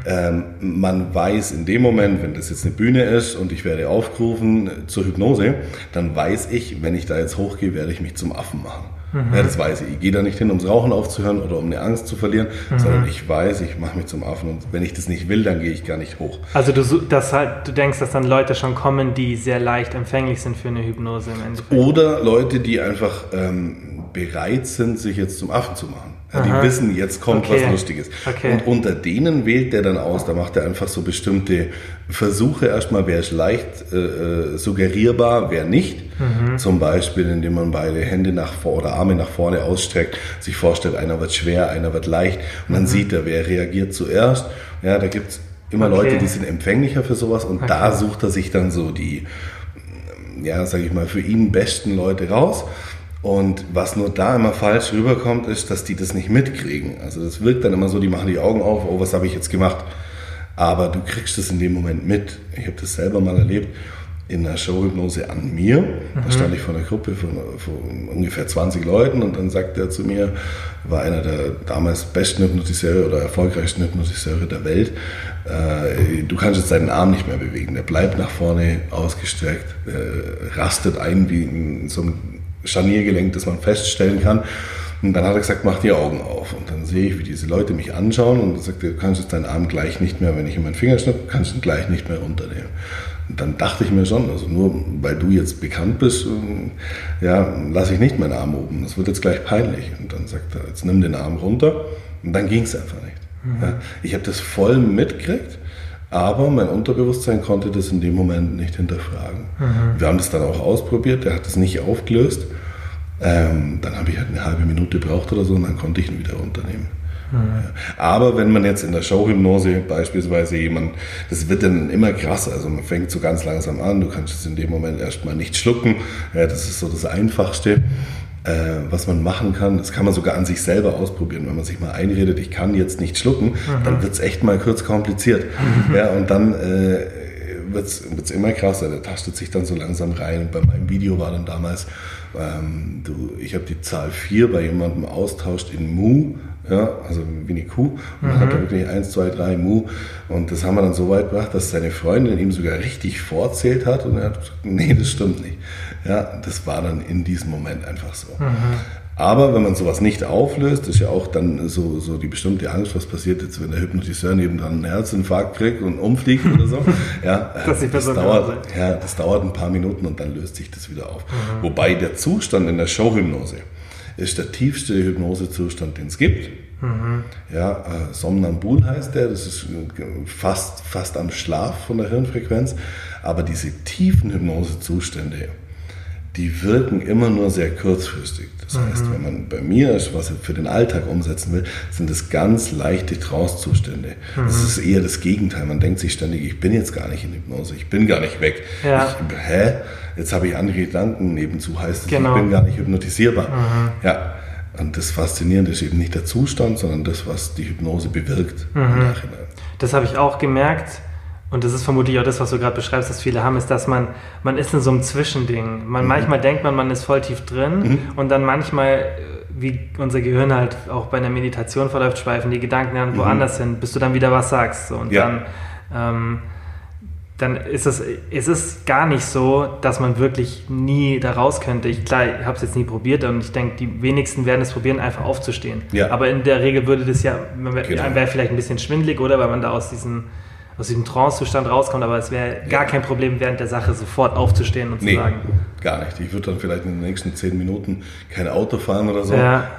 Man weiß in dem Moment, wenn das jetzt eine Bühne ist und ich werde aufgerufen zur Hypnose, dann weiß ich, wenn ich da jetzt hochgehe, werde ich mich zum Affen machen. Ja, das weiß ich. Ich gehe da nicht hin, ums Rauchen aufzuhören oder um eine Angst zu verlieren, sondern ich weiß, ich mache mich zum Affen, und wenn ich das nicht will, dann gehe ich gar nicht hoch. Also du denkst, dass dann Leute schon kommen, die sehr leicht empfänglich sind für eine Hypnose im Endeffekt? Oder Leute, die einfach bereit sind, sich jetzt zum Affen zu machen. Ja, die wissen, jetzt kommt was Lustiges. Und unter denen wählt der dann aus, da macht er einfach so bestimmte Versuche erstmal, wer ist leicht suggerierbar, wer nicht. Zum Beispiel, indem man beide Hände nach vorne oder Arme nach vorne ausstreckt, sich vorstellt, einer wird schwer, einer wird leicht, und dann sieht er, wer reagiert zuerst. Ja, da gibt es immer Leute, die sind empfänglicher für sowas, und da sucht er sich dann so die, sage ich mal, für ihn besten Leute raus. Und was nur da immer falsch rüberkommt, ist, dass die das nicht mitkriegen. Also das wirkt dann immer so, die machen die Augen auf, oh, was habe ich jetzt gemacht? Aber du kriegst das in dem Moment mit. Ich habe das selber mal erlebt in einer Showhypnose an mir. Da stand ich vor einer Gruppe von ungefähr 20 Leuten, und dann sagt er zu mir, war einer der damals besten Hypnotiseure oder erfolgreichsten Hypnotiseure der Welt, du kannst jetzt deinen Arm nicht mehr bewegen. Der bleibt nach vorne ausgestreckt, rastet ein wie in so einem Scharniergelenk, das man feststellen kann. Und dann hat er gesagt, mach die Augen auf. Und dann sehe ich, wie diese Leute mich anschauen, und er sagt, du kannst jetzt deinen Arm gleich nicht mehr, wenn ich in meinen Finger schnippe, kannst du ihn gleich nicht mehr runternehmen. Und dann dachte ich mir schon, also nur weil du jetzt bekannt bist, lasse ich nicht meinen Arm oben. Das wird jetzt gleich peinlich. Und dann sagt er, jetzt nimm den Arm runter. Und dann ging es einfach nicht. Ja, ich habe das voll mitgekriegt. Aber mein Unterbewusstsein konnte das in dem Moment nicht hinterfragen. Wir haben das dann auch ausprobiert, der hat das nicht aufgelöst. Dann habe ich halt eine halbe Minute gebraucht oder so und dann konnte ich ihn wieder runternehmen. Ja. Aber wenn man jetzt in der Showhypnose beispielsweise das wird dann immer krasser, also man fängt so ganz langsam an, du kannst es in dem Moment erstmal nicht schlucken, ja, das ist so das Einfachste, was man machen kann. Das kann man sogar an sich selber ausprobieren, wenn man sich mal einredet, ich kann jetzt nicht schlucken, dann wird es echt mal kurz kompliziert. Ja, und dann wird's immer krasser, der tastet sich dann so langsam rein. Und bei meinem Video war dann damals, ich habe die Zahl 4 bei jemandem austauscht in Mu, ja, also wie eine Kuh, und dann hat er wirklich 1, 2, 3 Mu, und das haben wir dann so weit gebracht, dass seine Freundin ihm sogar richtig vorzählt hat, und er hat gesagt, nee, das stimmt nicht. Ja, das war dann in diesem Moment einfach so. Aber wenn man sowas nicht auflöst, ist ja auch dann so die bestimmte Angst, was passiert jetzt, wenn der Hypnotiseur nebendran einen Herzinfarkt kriegt und umfliegt oder so. Ja, das dauert ein paar Minuten und dann löst sich das wieder auf. Wobei der Zustand in der Showhypnose ist der tiefste Hypnosezustand, den es gibt. Ja, Somnambul heißt der, das ist fast am Schlaf von der Hirnfrequenz. Aber diese tiefen Hypnosezustände, die wirken immer nur sehr kurzfristig. Das heißt, wenn man bei mir ist, was er für den Alltag umsetzen will, sind es ganz leichte Trance-Zustände. Das ist eher das Gegenteil. Man denkt sich ständig, ich bin jetzt gar nicht in Hypnose, ich bin gar nicht weg. Ja. Jetzt habe ich andere Gedanken nebenzu, heißt es, genau. Ich bin gar nicht hypnotisierbar. Ja. Und das Faszinierende ist eben nicht der Zustand, sondern das, was die Hypnose bewirkt im Nachhinein. Das habe ich auch gemerkt. Und das ist vermutlich auch das, was du gerade beschreibst, dass viele haben, ist, dass man ist in so einem Zwischending. Manchmal denkt man ist voll tief drin und dann manchmal, wie unser Gehirn halt auch bei einer Meditation verläuft, schweifen die Gedanken dann woanders hin, bis du dann wieder was sagst. So. Und dann ist es gar nicht so, dass man wirklich nie da raus könnte. Ich habe es jetzt nie probiert und ich denke, die wenigsten werden es probieren, einfach aufzustehen. Ja. Aber in der Regel würde das einem wäre vielleicht ein bisschen schwindelig, oder? Weil man da aus diesem Trance-Zustand rauskommt, aber es wäre gar kein Problem, während der Sache sofort aufzustehen und zu sagen. Gar nicht. Ich würde dann vielleicht in den nächsten 10 Minuten kein Auto fahren oder so.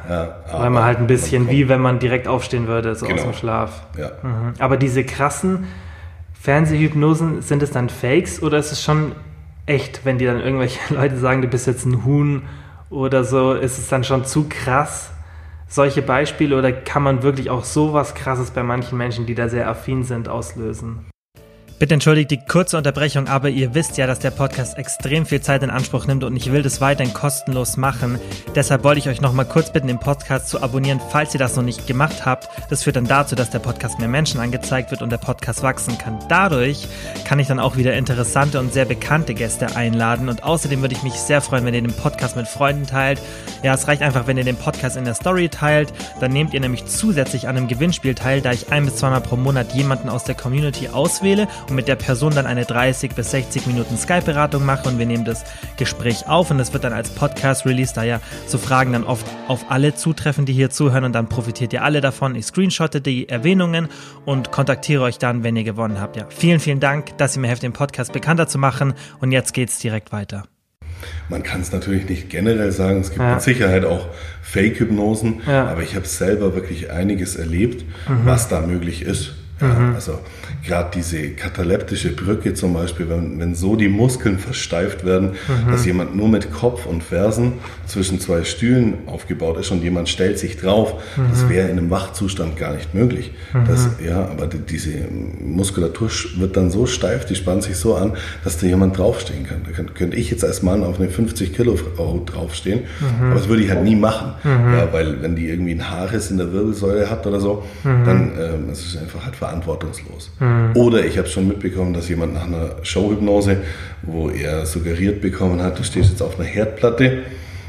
Weil man halt ein bisschen wie wenn man direkt aufstehen würde, so aus dem Schlaf. Ja. Aber diese krassen Fernsehhypnosen, sind es dann Fakes oder ist es schon echt, wenn die dann irgendwelche Leute sagen, du bist jetzt ein Huhn oder so, ist es dann schon zu krass? Solche Beispiele, oder kann man wirklich auch sowas Krasses bei manchen Menschen, die da sehr affin sind, auslösen? Bitte entschuldigt die kurze Unterbrechung, aber ihr wisst ja, dass der Podcast extrem viel Zeit in Anspruch nimmt und ich will das weiterhin kostenlos machen. Deshalb wollte ich euch noch mal kurz bitten, den Podcast zu abonnieren, falls ihr das noch nicht gemacht habt. Das führt dann dazu, dass der Podcast mehr Menschen angezeigt wird und der Podcast wachsen kann. Dadurch kann ich dann auch wieder interessante und sehr bekannte Gäste einladen und außerdem würde ich mich sehr freuen, wenn ihr den Podcast mit Freunden teilt. Ja, es reicht einfach, wenn ihr den Podcast in der Story teilt. Dann nehmt ihr nämlich zusätzlich an einem Gewinnspiel teil, da ich 1- bis 2 Mal pro Monat jemanden aus der Community auswähle und mit der Person dann eine 30 bis 60 Minuten Skype-Beratung mache und wir nehmen das Gespräch auf und das wird dann als Podcast released, da ja so Fragen dann oft auf alle zutreffen, die hier zuhören und dann profitiert ihr alle davon. Ich screenshotte die Erwähnungen und kontaktiere euch dann, wenn ihr gewonnen habt. Ja, vielen, vielen Dank, dass ihr mir helft, den Podcast bekannter zu machen und jetzt geht's direkt weiter. Man kann es natürlich nicht generell sagen, es gibt mit Sicherheit auch Fake-Hypnosen, aber ich habe selber wirklich einiges erlebt, was da möglich ist. Ja, also gerade diese kataleptische Brücke zum Beispiel, wenn so die Muskeln versteift werden, dass jemand nur mit Kopf und Fersen zwischen 2 Stühlen aufgebaut ist und jemand stellt sich drauf, das wäre in einem Wachzustand gar nicht möglich. Aber diese Muskulatur wird dann so steif, die spannt sich so an, dass da jemand draufstehen kann. Da könnte ich jetzt als Mann auf eine 50 Kilo Frau draufstehen, aber das würde ich halt nie machen, weil wenn die irgendwie ein Haarriss in der Wirbelsäule hat oder so, dann ist es einfach halt verantwortungslos. Oder ich habe schon mitbekommen, dass jemand nach einer Showhypnose, wo er suggeriert bekommen hat, du stehst jetzt auf einer Herdplatte.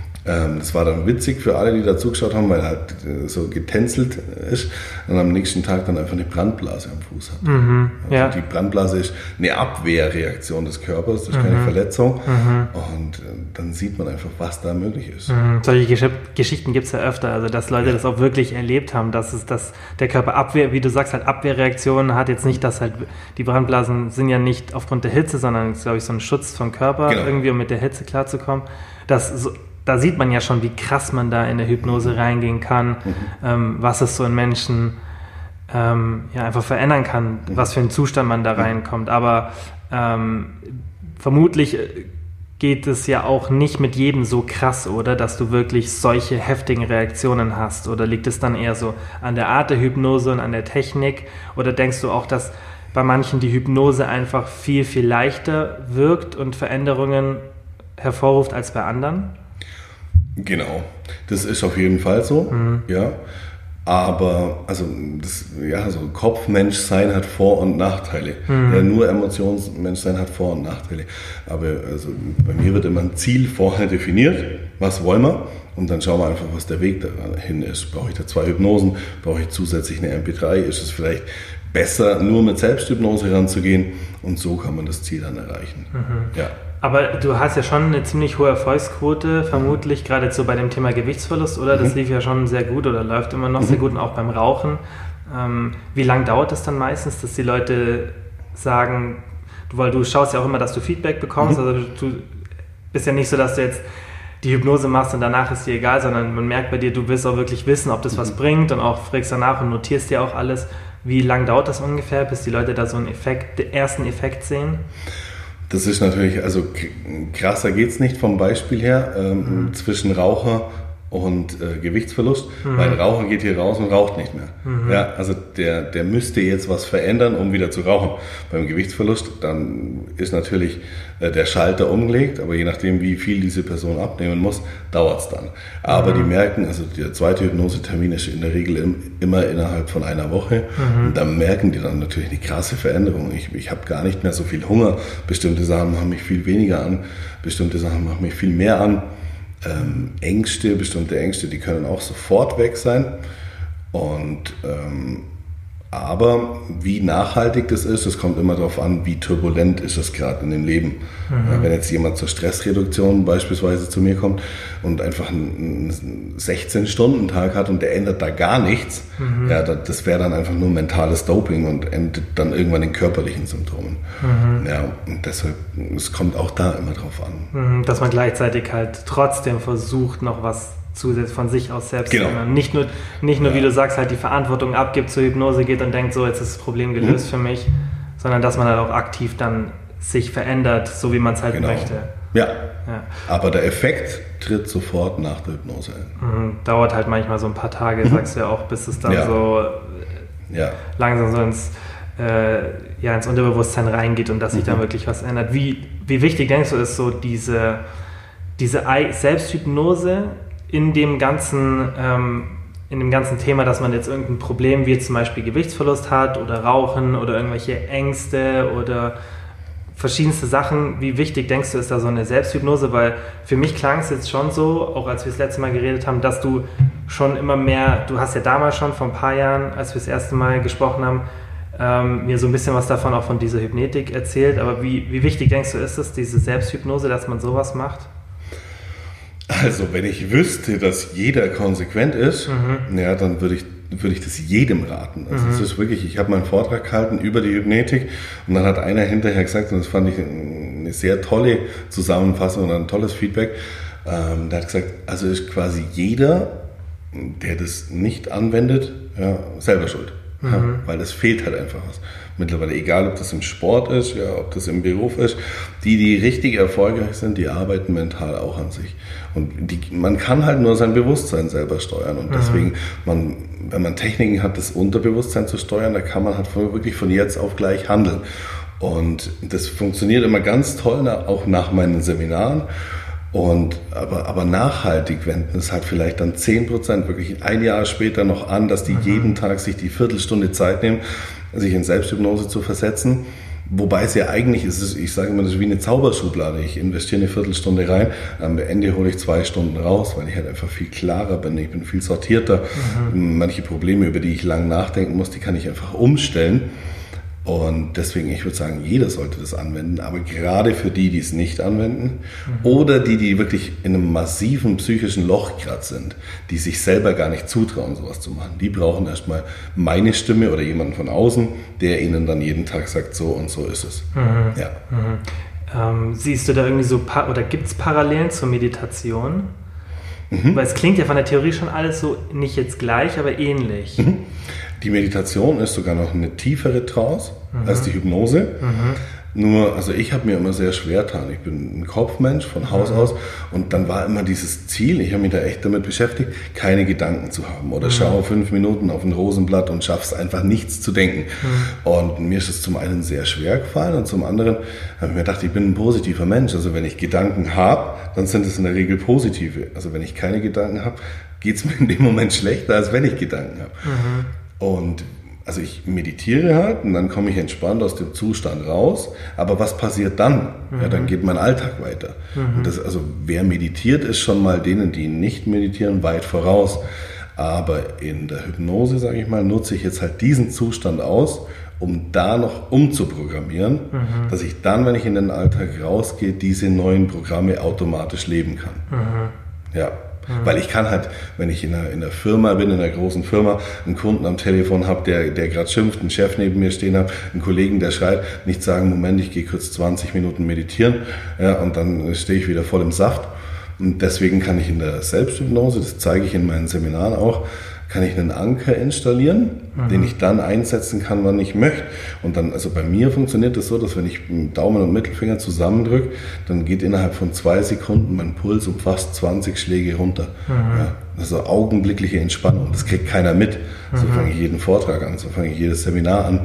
Das war dann witzig für alle, die da zugeschaut haben, weil er halt so getänzelt ist und am nächsten Tag dann einfach eine Brandblase am Fuß hat. Die Brandblase ist eine Abwehrreaktion des Körpers, das ist keine Verletzung und dann sieht man einfach, was da möglich ist. Solche Geschichten gibt es ja öfter, also dass Leute das auch wirklich erlebt haben, dass der Körper Abwehr, wie du sagst, halt Abwehrreaktionen hat, jetzt nicht, dass halt die Brandblasen sind ja nicht aufgrund der Hitze, sondern ist, glaube ich, so ein Schutz vom Körper, irgendwie, um mit der Hitze klarzukommen. Da sieht man ja schon, wie krass man da in der Hypnose reingehen kann, was es so in Menschen einfach verändern kann, was für einen Zustand man da reinkommt. Aber vermutlich geht es ja auch nicht mit jedem so krass, oder? Dass du wirklich solche heftigen Reaktionen hast. Oder liegt es dann eher so an der Art der Hypnose und an der Technik? Oder denkst du auch, dass bei manchen die Hypnose einfach viel, viel leichter wirkt und Veränderungen hervorruft als bei anderen? Genau, das ist auf jeden Fall so, ja. Aber also Kopfmenschsein hat Vor- und Nachteile. Ja, nur Emotionsmenschsein hat Vor- und Nachteile. Aber also bei mir wird immer ein Ziel vorher definiert. Was wollen wir? Und dann schauen wir einfach, was der Weg dahin ist. Brauche ich da 2 Hypnosen? Brauche ich zusätzlich eine MP3? Ist es vielleicht besser, nur mit Selbsthypnose ranzugehen? Und so kann man das Ziel dann erreichen. Ja. Aber du hast ja schon eine ziemlich hohe Erfolgsquote, vermutlich, gerade so bei dem Thema Gewichtsverlust, oder? Das lief ja schon sehr gut oder läuft immer noch sehr gut und auch beim Rauchen. Wie lange dauert es dann meistens, dass die Leute sagen, weil du schaust ja auch immer, dass du Feedback bekommst, also du bist ja nicht so, dass du jetzt die Hypnose machst und danach ist dir egal, sondern man merkt bei dir, du willst auch wirklich wissen, ob das was bringt und auch fragst danach und notierst dir auch alles. Wie lange dauert das ungefähr, bis die Leute da so einen Effekt, den ersten Effekt sehen? Das ist natürlich, also krasser geht's nicht vom Beispiel her, zwischen Raucher und Gewichtsverlust, weil ein Raucher geht hier raus und raucht nicht mehr. Ja, also der müsste jetzt was verändern, um wieder zu rauchen. Beim Gewichtsverlust, dann ist natürlich der Schalter umgelegt, aber je nachdem, wie viel diese Person abnehmen muss, dauert's dann. Aber die merken, also der zweite Hypnosetermin ist in der Regel immer innerhalb von einer Woche. Und da merken die dann natürlich eine krasse Veränderung. Ich habe gar nicht mehr so viel Hunger. Bestimmte Sachen machen mich viel weniger an, bestimmte Sachen machen mich viel mehr an. Bestimmte Ängste, die können auch sofort weg sein. Und aber wie nachhaltig das ist, das kommt immer darauf an, wie turbulent ist es gerade in dem Leben. Wenn jetzt jemand zur Stressreduktion beispielsweise zu mir kommt und einfach einen 16-Stunden-Tag hat und der ändert da gar nichts, ja, das wäre dann einfach nur mentales Doping und endet dann irgendwann in körperlichen Symptomen. Ja, und deshalb, es kommt auch da immer drauf an. Dass man gleichzeitig halt trotzdem versucht, noch was zusätzlich von sich aus selbst. Genau. Nicht nur wie du sagst, halt die Verantwortung abgibt, zur Hypnose geht und denkt, so, jetzt ist das Problem gelöst für mich, sondern dass man halt auch aktiv dann sich verändert, so wie man es halt möchte. Ja, aber der Effekt tritt sofort nach der Hypnose ein. Dauert halt manchmal so ein paar Tage, sagst du ja auch, bis es dann so langsam so ins Unterbewusstsein reingeht und dass sich dann wirklich was ändert. Wie wichtig denkst du, ist so diese Selbsthypnose in dem ganzen Thema, dass man jetzt irgendein Problem wie zum Beispiel Gewichtsverlust hat oder Rauchen oder irgendwelche Ängste oder verschiedenste Sachen. Wie wichtig denkst du, ist da so eine Selbsthypnose? Weil für mich klang es jetzt schon so, auch als wir das letzte Mal geredet haben, dass du schon immer mehr, du hast ja damals schon vor ein paar Jahren, als wir das erste Mal gesprochen haben, mir so ein bisschen was davon auch von dieser Hypnetik erzählt. Aber wie wichtig denkst du, ist es, diese Selbsthypnose, dass man sowas macht? Also, wenn ich wüsste, dass jeder konsequent ist, ja, dann würde ich das jedem raten. Also, es ist wirklich, ich habe meinen Vortrag gehalten über die Hypnetik und dann hat einer hinterher gesagt, und das fand ich eine sehr tolle Zusammenfassung und ein tolles Feedback, der hat gesagt, also ist quasi jeder, der das nicht anwendet, selber schuld. Ja, weil das fehlt halt einfach was. Mittlerweile, egal ob das im Sport ist, ob das im Beruf ist, die richtig erfolgreich sind, die arbeiten mental auch an sich. Und man kann halt nur sein Bewusstsein selber steuern. Und deswegen, wenn man Techniken hat, das Unterbewusstsein zu steuern, da kann man halt wirklich von jetzt auf gleich handeln. Und das funktioniert immer ganz toll, auch nach meinen Seminaren. Aber nachhaltig wenden es halt vielleicht dann 10% wirklich ein Jahr später noch an, dass die jeden Tag sich die Viertelstunde Zeit nehmen, sich in Selbsthypnose zu versetzen. Wobei es ja eigentlich ist, ich sage immer, das ist wie eine Zauberschublade. Ich investiere eine Viertelstunde rein, am Ende hole ich 2 Stunden raus, weil ich halt einfach viel klarer bin, ich bin viel sortierter. Manche Probleme, über die ich lang nachdenken muss, die kann ich einfach umstellen. Und deswegen, ich würde sagen, jeder sollte das anwenden, aber gerade für die es nicht anwenden oder die wirklich in einem massiven psychischen Loch gerade sind, die sich selber gar nicht zutrauen, sowas zu machen, die brauchen erstmal meine Stimme oder jemanden von außen, der ihnen dann jeden Tag sagt, so und so ist es. Siehst du da irgendwie so, oder gibt es Parallelen zur Meditation? Weil es klingt ja von der Theorie schon alles so, nicht jetzt gleich, aber ähnlich. Die Meditation ist sogar noch eine tiefere Trance als die Hypnose. Nur, also ich habe mir immer sehr schwer getan. Ich bin ein Kopfmensch von Haus aus und dann war immer dieses Ziel, ich habe mich da echt damit beschäftigt, keine Gedanken zu haben oder schaue 5 Minuten auf ein Rosenblatt und schaff's einfach nichts zu denken. Und mir ist es zum einen sehr schwer gefallen und zum anderen habe ich mir gedacht, ich bin ein positiver Mensch. Also wenn ich Gedanken habe, dann sind es in der Regel positive. Also wenn ich keine Gedanken habe, geht es mir in dem Moment schlechter, als wenn ich Gedanken habe. Und also ich meditiere halt und dann komme ich entspannt aus dem Zustand raus. Aber was passiert dann? Ja, dann geht mein Alltag weiter. Und das, also wer meditiert, ist schon mal denen, die nicht meditieren, weit voraus. Aber in der Hypnose, sage ich mal, nutze ich jetzt halt diesen Zustand aus, um da noch umzuprogrammieren, dass ich dann, wenn ich in den Alltag rausgehe, diese neuen Programme automatisch leben kann. Ja. Weil ich kann halt, wenn ich in einer Firma bin, in einer großen Firma, einen Kunden am Telefon habe, der gerade schimpft, einen Chef neben mir stehen habe, einen Kollegen, der schreit, nicht sagen, Moment, ich gehe kurz 20 Minuten meditieren, ja, und dann stehe ich wieder voll im Saft. Und deswegen kann ich in der Selbsthypnose, das zeige ich in meinen Seminaren auch, kann ich einen Anker installieren, den ich dann einsetzen kann, wann ich möchte. Und dann, also bei mir funktioniert das so, dass wenn ich Daumen und Mittelfinger zusammendrücke, dann geht innerhalb von 2 Sekunden mein Puls um fast 20 Schläge runter. Ja, also augenblickliche Entspannung. Das kriegt keiner mit. So fange ich jeden Vortrag an, so fange ich jedes Seminar an.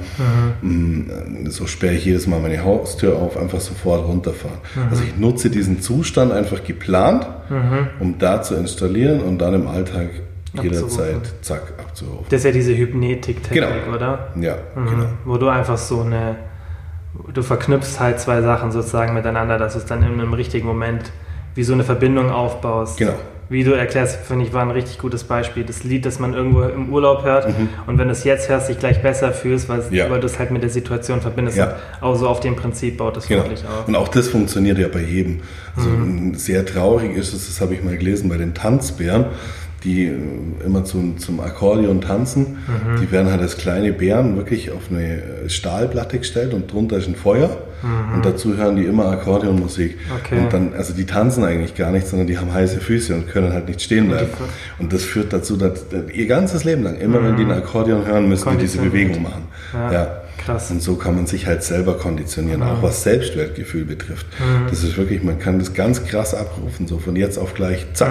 So sperre ich jedes Mal meine Haustür auf, einfach sofort runterfahren. Also ich nutze diesen Zustand einfach geplant, um da zu installieren und dann im Alltag jederzeit, zack, abzurufen. Das ist ja diese Hypnetik-Technik, genau. Oder? Ja, genau. Wo du einfach du verknüpfst halt 2 Sachen sozusagen miteinander, dass du es dann in einem richtigen Moment wie so eine Verbindung aufbaust. Genau. Wie du erklärst, finde ich, war ein richtig gutes Beispiel. Das Lied, das man irgendwo im Urlaub hört und wenn du es jetzt hörst, dich gleich besser fühlst, weil du es halt mit der Situation verbindest. Ja. Auch so auf dem Prinzip baut das wirklich auf. Und auch das funktioniert ja bei jedem. Also sehr traurig ist es, das habe ich mal gelesen, bei den Tanzbären, die immer zum Akkordeon tanzen, die werden halt als kleine Bären wirklich auf eine Stahlplatte gestellt und drunter ist ein Feuer und dazu hören die immer Akkordeonmusik. Okay. Und dann, also die tanzen eigentlich gar nicht, sondern die haben heiße Füße und können halt nicht stehen bleiben. Und das führt dazu, dass ihr ganzes Leben lang, immer wenn die ein Akkordeon hören, müssen die diese Bewegung machen. Ja. Krass. Und so kann man sich halt selber konditionieren, auch was Selbstwertgefühl betrifft. Das ist wirklich, man kann das ganz krass abrufen, so von jetzt auf gleich, zack.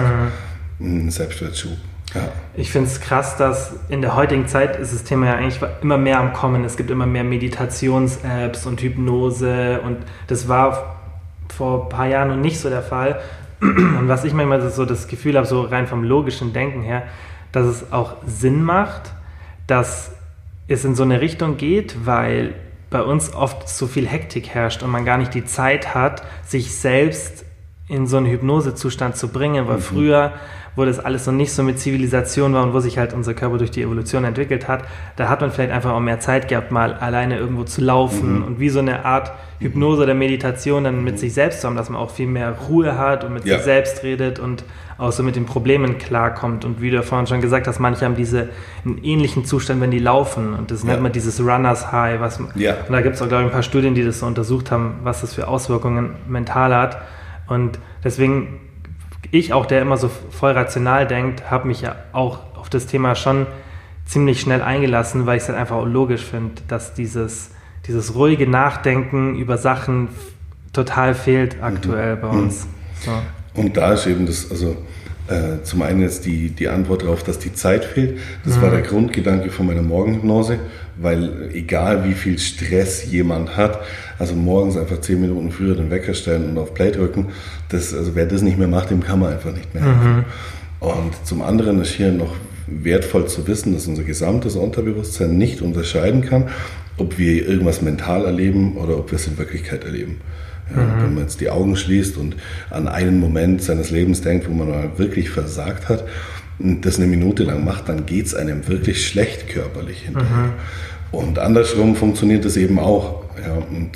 Ein Selbstwertschub. Ja. Ich finde es krass, dass in der heutigen Zeit ist das Thema ja eigentlich immer mehr am Kommen. Es gibt immer mehr Meditations-Apps und Hypnose und das war vor ein paar Jahren noch nicht so der Fall. Und was ich manchmal so das Gefühl habe, so rein vom logischen Denken her, dass es auch Sinn macht, dass es in so eine Richtung geht, weil bei uns oft so viel Hektik herrscht und man gar nicht die Zeit hat, sich selbst in so einen Hypnosezustand zu bringen, weil früher, wo das alles noch nicht so mit Zivilisation war und wo sich halt unser Körper durch die Evolution entwickelt hat, da hat man vielleicht einfach auch mehr Zeit gehabt, mal alleine irgendwo zu laufen und wie so eine Art Hypnose oder Meditation dann mit sich selbst zu haben, dass man auch viel mehr Ruhe hat und mit sich selbst redet und auch so mit den Problemen klarkommt. Und wie du ja vorhin schon gesagt hast, manche haben einen ähnlichen Zustand, wenn die laufen und das nennt man dieses Runners High. Und da gibt es auch, glaube ich, ein paar Studien, die das so untersucht haben, was das für Auswirkungen mental hat. Und deswegen, ich auch, der immer so voll rational denkt, habe mich ja auch auf das Thema schon ziemlich schnell eingelassen, weil ich es halt einfach auch logisch finde, dass dieses ruhige Nachdenken über Sachen total fehlt aktuell bei uns. So. Und da ist eben das, also zum einen jetzt die Antwort darauf, dass die Zeit fehlt. Das war der Grundgedanke von meiner Morgenhypnose, weil egal wie viel Stress jemand hat, also morgens einfach 10 Minuten früher den Wecker stellen und auf Play drücken, also wer das nicht mehr macht, dem kann man einfach nicht mehr helfen. Und zum anderen ist hier noch wertvoll zu wissen, dass unser gesamtes Unterbewusstsein nicht unterscheiden kann, ob wir irgendwas mental erleben oder ob wir es in Wirklichkeit erleben. Ja, wenn man jetzt die Augen schließt und an einen Moment seines Lebens denkt, wo man mal wirklich versagt hat und das eine Minute lang macht, dann geht es einem wirklich schlecht körperlich hinterher. Und andersrum funktioniert es eben auch. Ja, und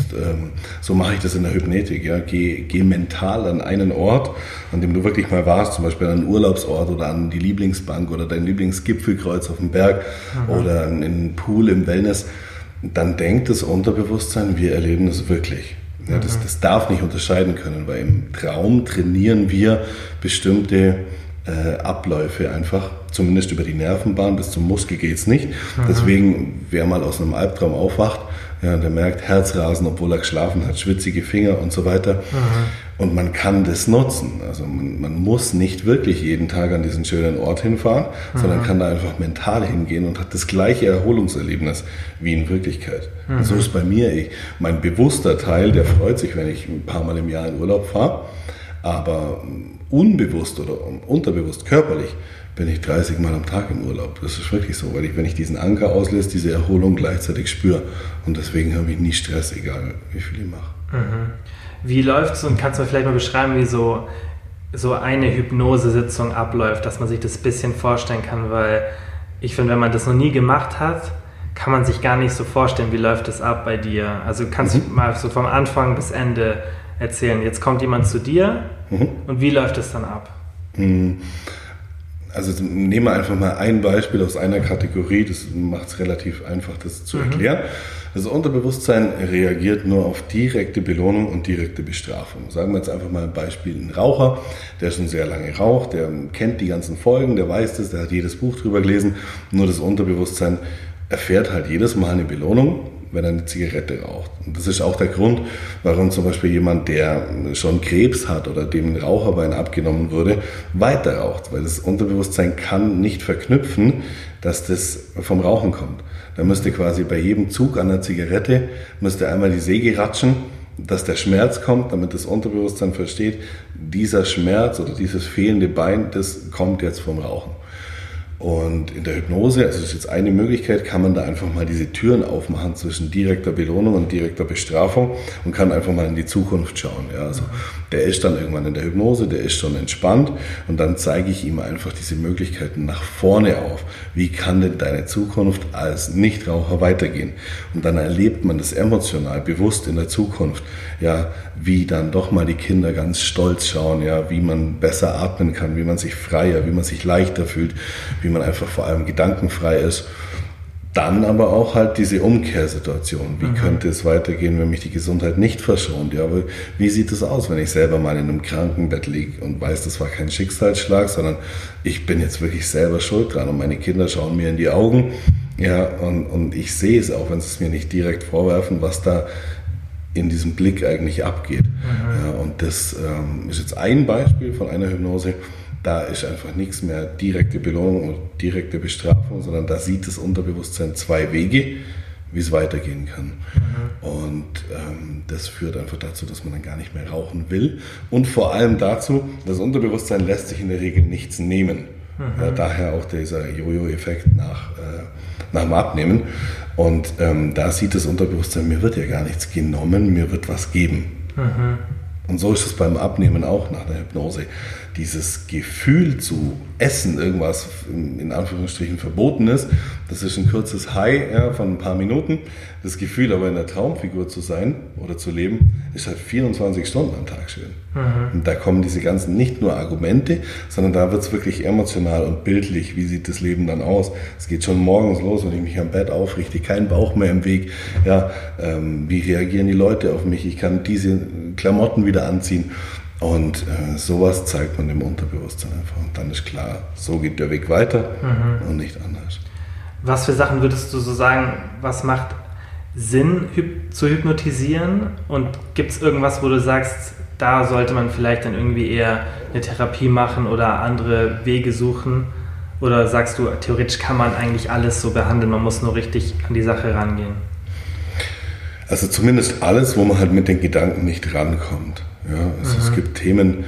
so mache ich das in der Hypnetik. Ja. Geh mental an einen Ort, an dem du wirklich mal warst, zum Beispiel an einen Urlaubsort oder an die Lieblingsbank oder dein Lieblingsgipfelkreuz auf dem Berg oder in einen Pool im Wellness. Dann denkt das Unterbewusstsein, wir erleben das wirklich. Ja, das darf nicht unterscheiden können, weil im Traum trainieren wir bestimmte Abläufe einfach, zumindest über die Nervenbahn, bis zum Muskel geht es nicht. Deswegen, wer mal aus einem Albtraum aufwacht, ja, der merkt Herzrasen, obwohl er geschlafen hat, schwitzige Finger und so weiter. Und man kann das nutzen. Also man muss nicht wirklich jeden Tag an diesen schönen Ort hinfahren, sondern kann da einfach mental hingehen und hat das gleiche Erholungserlebnis wie in Wirklichkeit. Und so ist bei mir, mein bewusster Teil, der freut sich, wenn ich ein paar Mal im Jahr in Urlaub fahre, aber unbewusst oder unterbewusst körperlich bin ich 30 Mal am Tag im Urlaub. Das ist wirklich so, weil wenn ich diesen Anker auslöse, diese Erholung gleichzeitig spüre. Und deswegen habe ich nie Stress, egal wie viel ich mache. Wie läuft's und kannst du mir vielleicht mal beschreiben, wie so eine Hypnosesitzung abläuft, dass man sich das ein bisschen vorstellen kann, weil ich finde, wenn man das noch nie gemacht hat, kann man sich gar nicht so vorstellen, wie läuft das ab bei dir. Also kannst du mal so vom Anfang bis Ende erzählen. Jetzt kommt jemand zu dir und wie läuft es dann ab? Also nehmen wir einfach mal ein Beispiel aus einer Kategorie, das macht es relativ einfach, das zu erklären. Das Unterbewusstsein reagiert nur auf direkte Belohnung und direkte Bestrafung. Sagen wir jetzt einfach mal ein Beispiel, ein Raucher, der schon sehr lange raucht, der kennt die ganzen Folgen, der weiß das, der hat jedes Buch drüber gelesen, nur das Unterbewusstsein erfährt halt jedes Mal eine Belohnung, wenn er eine Zigarette raucht. Und das ist auch der Grund, warum zum Beispiel jemand, der schon Krebs hat oder dem ein Raucherbein abgenommen wurde, weiter raucht. Weil das Unterbewusstsein kann nicht verknüpfen, dass das vom Rauchen kommt. Da müsste quasi bei jedem Zug an der Zigarette, müsste einmal die Säge ratschen, dass der Schmerz kommt, damit das Unterbewusstsein versteht, dieser Schmerz oder dieses fehlende Bein, das kommt jetzt vom Rauchen. Und in der Hypnose, also das ist jetzt eine Möglichkeit, kann man da einfach mal diese Türen aufmachen zwischen direkter Belohnung und direkter Bestrafung und kann einfach mal in die Zukunft schauen. Ja, also der ist dann irgendwann in der Hypnose, der ist schon entspannt und dann zeige ich ihm einfach diese Möglichkeiten nach vorne auf. Wie kann denn deine Zukunft als Nichtraucher weitergehen? Und dann erlebt man das emotional, bewusst in der Zukunft, ja, wie dann doch mal die Kinder ganz stolz schauen, ja, wie man besser atmen kann, wie man sich freier, wie man sich leichter fühlt, wie man einfach vor allem gedankenfrei ist. Dann aber auch halt diese Umkehrsituation. Wie könnte es weitergehen, wenn mich die Gesundheit nicht verschont? Ja, aber wie sieht es aus, wenn ich selber mal in einem Krankenbett liege und weiß, das war kein Schicksalsschlag, sondern ich bin jetzt wirklich selber schuld dran und meine Kinder schauen mir in die Augen. Ja, und ich sehe es auch, wenn sie es mir nicht direkt vorwerfen, was da in diesem Blick eigentlich abgeht. Ja, und das ist jetzt ein Beispiel von einer Hypnose. Da ist einfach nichts mehr direkte Belohnung und direkte Bestrafung, sondern da sieht das Unterbewusstsein zwei Wege, wie es weitergehen kann. Und das führt einfach dazu, dass man dann gar nicht mehr rauchen will. Und vor allem dazu, das Unterbewusstsein lässt sich in der Regel nichts nehmen. Ja, daher auch dieser Jojo-Effekt nach dem Abnehmen. Und da sieht das Unterbewusstsein, mir wird ja gar nichts genommen, mir wird was geben. Und so ist es beim Abnehmen auch nach der Hypnose. Dieses Gefühl zu essen, irgendwas in Anführungsstrichen verboten ist, das ist ein kurzes High, ja, von ein paar Minuten. Das Gefühl aber in der Traumfigur zu sein oder zu leben, ist halt 24 Stunden am Tag schön. Und da kommen diese ganzen nicht nur Argumente, sondern da wird es wirklich emotional und bildlich. Wie sieht das Leben dann aus? Es geht schon morgens los, wenn ich mich am Bett aufrichte, kein Bauch mehr im Weg. Ja, wie reagieren die Leute auf mich? Ich kann diese Klamotten wieder anziehen. Und sowas zeigt man dem Unterbewusstsein einfach. Und dann ist klar, so geht der Weg weiter und nicht anders. Was für Sachen würdest du so sagen, was macht Sinn zu hypnotisieren? Und gibt es irgendwas, wo du sagst, da sollte man vielleicht dann irgendwie eher eine Therapie machen oder andere Wege suchen? Oder sagst du, theoretisch kann man eigentlich alles so behandeln, man muss nur richtig an die Sache rangehen? Also zumindest alles, wo man halt mit den Gedanken nicht rankommt. Ja, also es gibt Themen,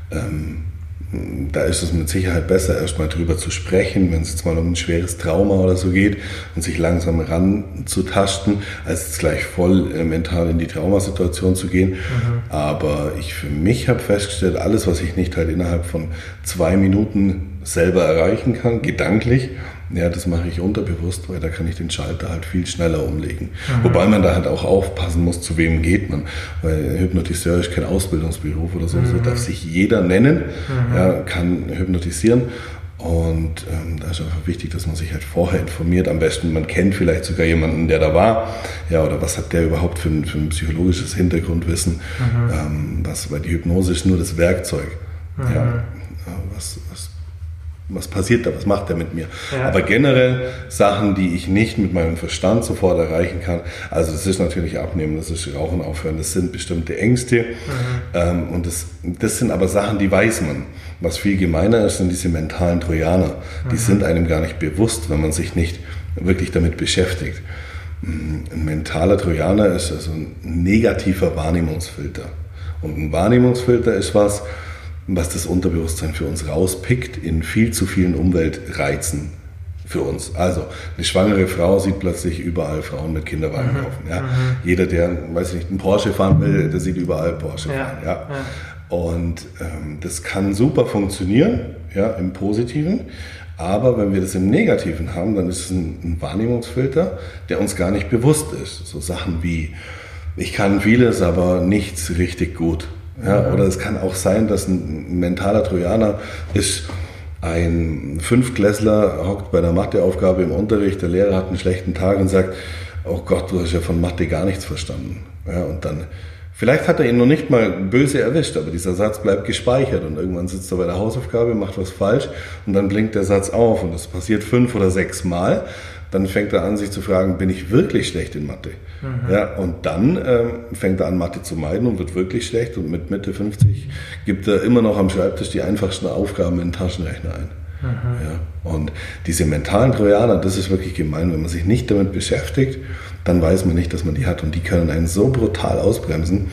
da ist es mit Sicherheit besser, erstmal drüber zu sprechen, wenn es jetzt mal um ein schweres Trauma oder so geht und sich langsam ranzutasten, als jetzt gleich voll mental in die Traumasituation zu gehen. Aber ich für mich habe festgestellt, alles, was ich nicht halt innerhalb von 2 Minuten selber erreichen kann, gedanklich, ja, das mache ich unterbewusst, weil da kann ich den Schalter halt viel schneller umlegen. Wobei man da halt auch aufpassen muss, zu wem geht man. Weil Hypnotiseur ist kein Ausbildungsberuf oder so, so darf sich jeder nennen, ja, kann hypnotisieren. Und da ist einfach wichtig, dass man sich halt vorher informiert. Am besten, man kennt vielleicht sogar jemanden, der da war. Ja, oder was hat der überhaupt für ein psychologisches Hintergrundwissen? Weil die Hypnose ist nur das Werkzeug. Ja, was was passiert da, was macht der mit mir? Ja. Aber generell Sachen, die ich nicht mit meinem Verstand sofort erreichen kann, also das ist natürlich Abnehmen, das ist Rauchen aufhören, das sind bestimmte Ängste und das sind aber Sachen, die weiß man. Was viel gemeiner ist, sind diese mentalen Trojaner. Die sind einem gar nicht bewusst, wenn man sich nicht wirklich damit beschäftigt. Ein mentaler Trojaner ist also ein negativer Wahrnehmungsfilter. Und ein Wahrnehmungsfilter ist was das Unterbewusstsein für uns rauspickt in viel zu vielen Umweltreizen für uns. Also eine schwangere Frau sieht plötzlich überall Frauen mit Kinderwagen laufen. Ja? Jeder, der, weiß nicht, einen Porsche fahren will, der sieht überall Porsche fahren. Ja? Und das kann super funktionieren, ja, im Positiven. Aber wenn wir das im Negativen haben, dann ist es ein Wahrnehmungsfilter, der uns gar nicht bewusst ist. So Sachen wie, ich kann vieles, aber nichts richtig gut. Ja, oder es kann auch sein, dass ein mentaler Trojaner ist, ein Fünftklässler hockt bei einer Matheaufgabe im Unterricht, der Lehrer hat einen schlechten Tag und sagt, oh Gott, du hast ja von Mathe gar nichts verstanden. Ja, und dann, vielleicht hat er ihn noch nicht mal böse erwischt, aber dieser Satz bleibt gespeichert und irgendwann sitzt er bei der Hausaufgabe, macht was falsch und dann blinkt der Satz auf und das passiert 5 oder 6 Mal. Dann fängt er an, sich zu fragen, bin ich wirklich schlecht in Mathe? Ja, und dann fängt er an, Mathe zu meiden und wird wirklich schlecht. Und mit Mitte 50 gibt er immer noch am Schreibtisch die einfachsten Aufgaben in den Taschenrechner ein. Ja, und diese mentalen Trojaner, das ist wirklich gemein. Wenn man sich nicht damit beschäftigt, dann weiß man nicht, dass man die hat. Und die können einen so brutal ausbremsen.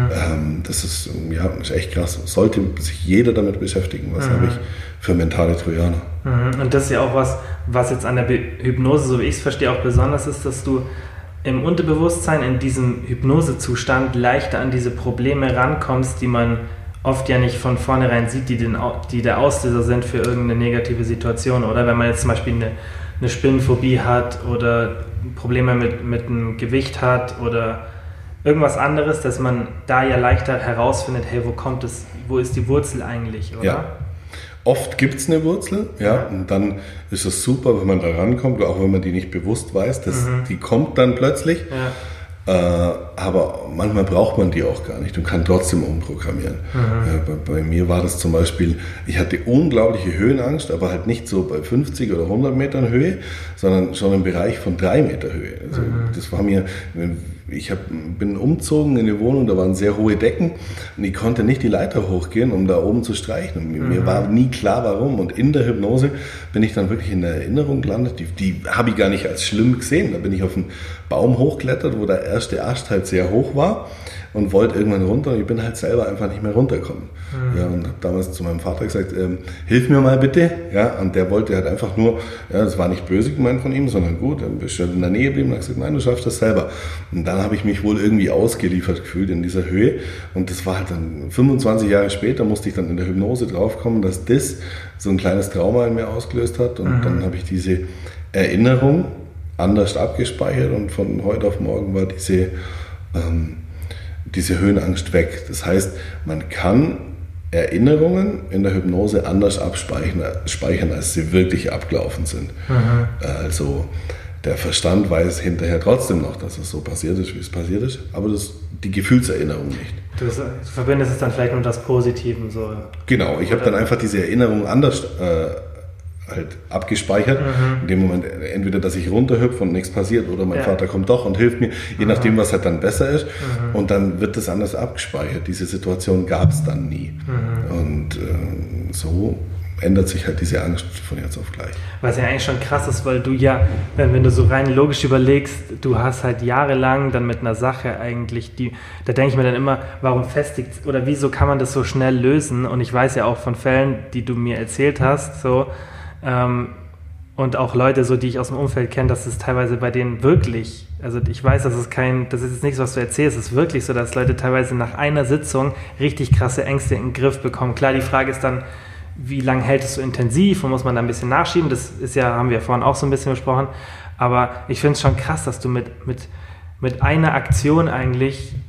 Das ist echt krass. Sollte sich jeder damit beschäftigen. Was habe ich für mentale Trojaner? Und das ist ja auch was jetzt an der Hypnose, so wie ich es verstehe, auch besonders ist, dass du im Unterbewusstsein in diesem Hypnosezustand leichter an diese Probleme rankommst, die man oft ja nicht von vornherein sieht, die der Auslöser sind für irgendeine negative Situation. Oder wenn man jetzt zum Beispiel eine Spinnenphobie hat oder Probleme mit dem Gewicht hat oder irgendwas anderes, dass man da ja leichter herausfindet, hey, wo ist die Wurzel eigentlich, oder? Ja. Oft gibt es eine Wurzel, ja, und dann ist es super, wenn man da rankommt, auch wenn man die nicht bewusst weiß, die kommt dann plötzlich. Ja. Aber manchmal braucht man die auch gar nicht und kann trotzdem umprogrammieren. Bei mir war das zum Beispiel, ich hatte unglaubliche Höhenangst, aber halt nicht so bei 50 oder 100 Metern Höhe, sondern schon im Bereich von 3 Meter Höhe. Also das war mir, bin umgezogen in eine Wohnung, da waren sehr hohe Decken und ich konnte nicht die Leiter hochgehen, um da oben zu streichen. Und mir war nie klar, warum. Und in der Hypnose bin ich dann wirklich in der Erinnerung gelandet, die habe ich gar nicht als schlimm gesehen. Da bin ich auf einen Baum hochgeklettert, wo der erste Ast halt sehr hoch war und wollte irgendwann runter und ich bin halt selber einfach nicht mehr runtergekommen. Ja, und habe damals zu meinem Vater gesagt, hilf mir mal bitte. Ja, und der wollte halt einfach nur, ja, das war nicht böse gemeint von ihm, sondern gut, dann bist du in der Nähe geblieben und habe gesagt, nein, du schaffst das selber. Und dann habe ich mich wohl irgendwie ausgeliefert gefühlt in dieser Höhe und das war halt dann 25 Jahre später, musste ich dann in der Hypnose draufkommen, dass das so ein kleines Trauma in mir ausgelöst hat und dann habe ich diese Erinnerung anders abgespeichert und von heute auf morgen war diese Höhenangst weg. Das heißt, man kann Erinnerungen in der Hypnose anders abspeichern, als sie wirklich abgelaufen sind. Also der Verstand weiß hinterher trotzdem noch, dass es so passiert ist, wie es passiert ist, aber die Gefühlserinnerung nicht. Du verbindest es dann vielleicht mit das Positiven. So. Genau, ich habe dann einfach diese Erinnerung anders halt abgespeichert. In dem Moment entweder, dass ich runterhüpfe und nichts passiert oder mein Vater kommt doch und hilft mir, je nachdem, was halt dann besser ist. Und dann wird das anders abgespeichert. Diese Situation gab es dann nie. Und so ändert sich halt diese Angst von jetzt auf gleich. Was ja eigentlich schon krass ist, weil du ja, wenn du so rein logisch überlegst, du hast halt jahrelang dann mit einer Sache eigentlich, da denke ich mir dann immer, warum festigt, oder wieso kann man das so schnell lösen? Und ich weiß ja auch von Fällen, die du mir erzählt hast, so, und auch Leute, so die ich aus dem Umfeld kenne, dass es teilweise bei denen wirklich, also ich weiß, das ist jetzt nichts, was du erzählst, es ist wirklich so, dass Leute teilweise nach einer Sitzung richtig krasse Ängste in den Griff bekommen. Klar, die Frage ist dann, wie lange hält es so intensiv und muss man da ein bisschen nachschieben, das ist ja, haben wir vorhin auch so ein bisschen besprochen, aber ich finde es schon krass, dass du mit einer Aktion eigentlich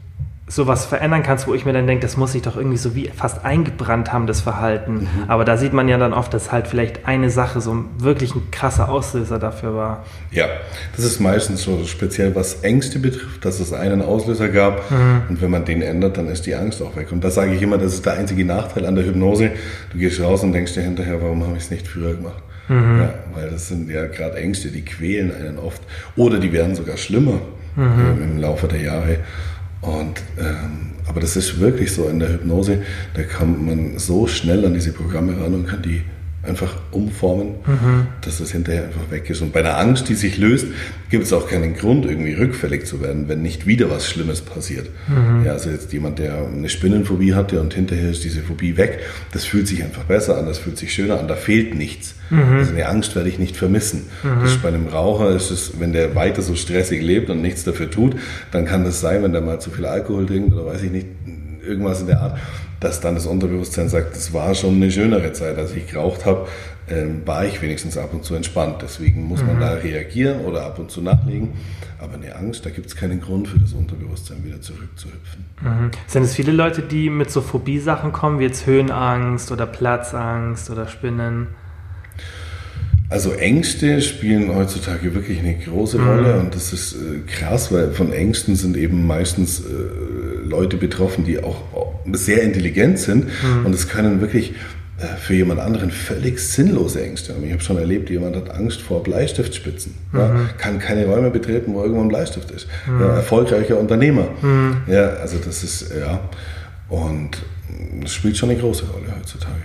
sowas verändern kannst, wo ich mir dann denke, das muss sich doch irgendwie so wie fast eingebrannt haben, das Verhalten. Aber da sieht man ja dann oft, dass halt vielleicht eine Sache so wirklich ein krasser Auslöser dafür war. Ja, das ist meistens so speziell, was Ängste betrifft, dass es einen Auslöser gab und wenn man den ändert, dann ist die Angst auch weg. Und das sage ich immer, das ist der einzige Nachteil an der Hypnose. Du gehst raus und denkst dir hinterher, warum habe ich es nicht früher gemacht? Ja, weil das sind ja gerade Ängste, die quälen einen oft oder die werden sogar schlimmer im Laufe der Jahre. Aber das ist wirklich so in der Hypnose, da kommt man so schnell an diese Programme ran und kann die einfach umformen, dass das hinterher einfach weg ist. Und bei einer Angst, die sich löst, gibt es auch keinen Grund, irgendwie rückfällig zu werden, wenn nicht wieder was Schlimmes passiert. Ja, also jetzt jemand, der eine Spinnenphobie hatte und hinterher ist diese Phobie weg, das fühlt sich einfach besser an, das fühlt sich schöner an, da fehlt nichts. Also eine Angst werde ich nicht vermissen. Das ist bei einem Raucher, ist es, wenn der weiter so stressig lebt und nichts dafür tut, dann kann das sein, wenn der mal zu viel Alkohol trinkt oder weiß ich nicht, irgendwas in der Art, dass dann das Unterbewusstsein sagt, das war schon eine schönere Zeit, als ich geraucht habe, war ich wenigstens ab und zu entspannt. Deswegen muss man da reagieren oder ab und zu nachlegen. Aber eine Angst, da gibt es keinen Grund für das Unterbewusstsein wieder zurückzuhüpfen. Sind es viele Leute, die mit so Phobie-Sachen kommen, wie jetzt Höhenangst oder Platzangst oder Spinnen? Also Ängste spielen heutzutage wirklich eine große Rolle und das ist krass, weil von Ängsten sind eben meistens Leute betroffen, die auch sehr intelligent sind und es können wirklich für jemand anderen völlig sinnlose Ängste haben. Ich habe schon erlebt, jemand hat Angst vor Bleistiftspitzen, kann keine Räume betreten, wo irgendwo ein Bleistift ist. Erfolgreicher Unternehmer. Ja, also das ist, und das spielt schon eine große Rolle heutzutage,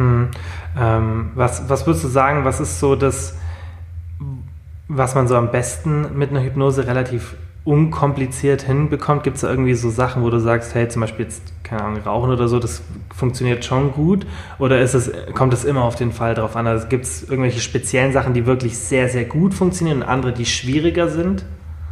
Was würdest du sagen, was ist so das, was man so am besten mit einer Hypnose relativ unkompliziert hinbekommt? Gibt es da irgendwie so Sachen, wo du sagst, hey, zum Beispiel jetzt, keine Ahnung, Rauchen oder so, das funktioniert schon gut? Oder kommt es immer auf den Fall drauf an? Also gibt es irgendwelche speziellen Sachen, die wirklich sehr, sehr gut funktionieren und andere, die schwieriger sind?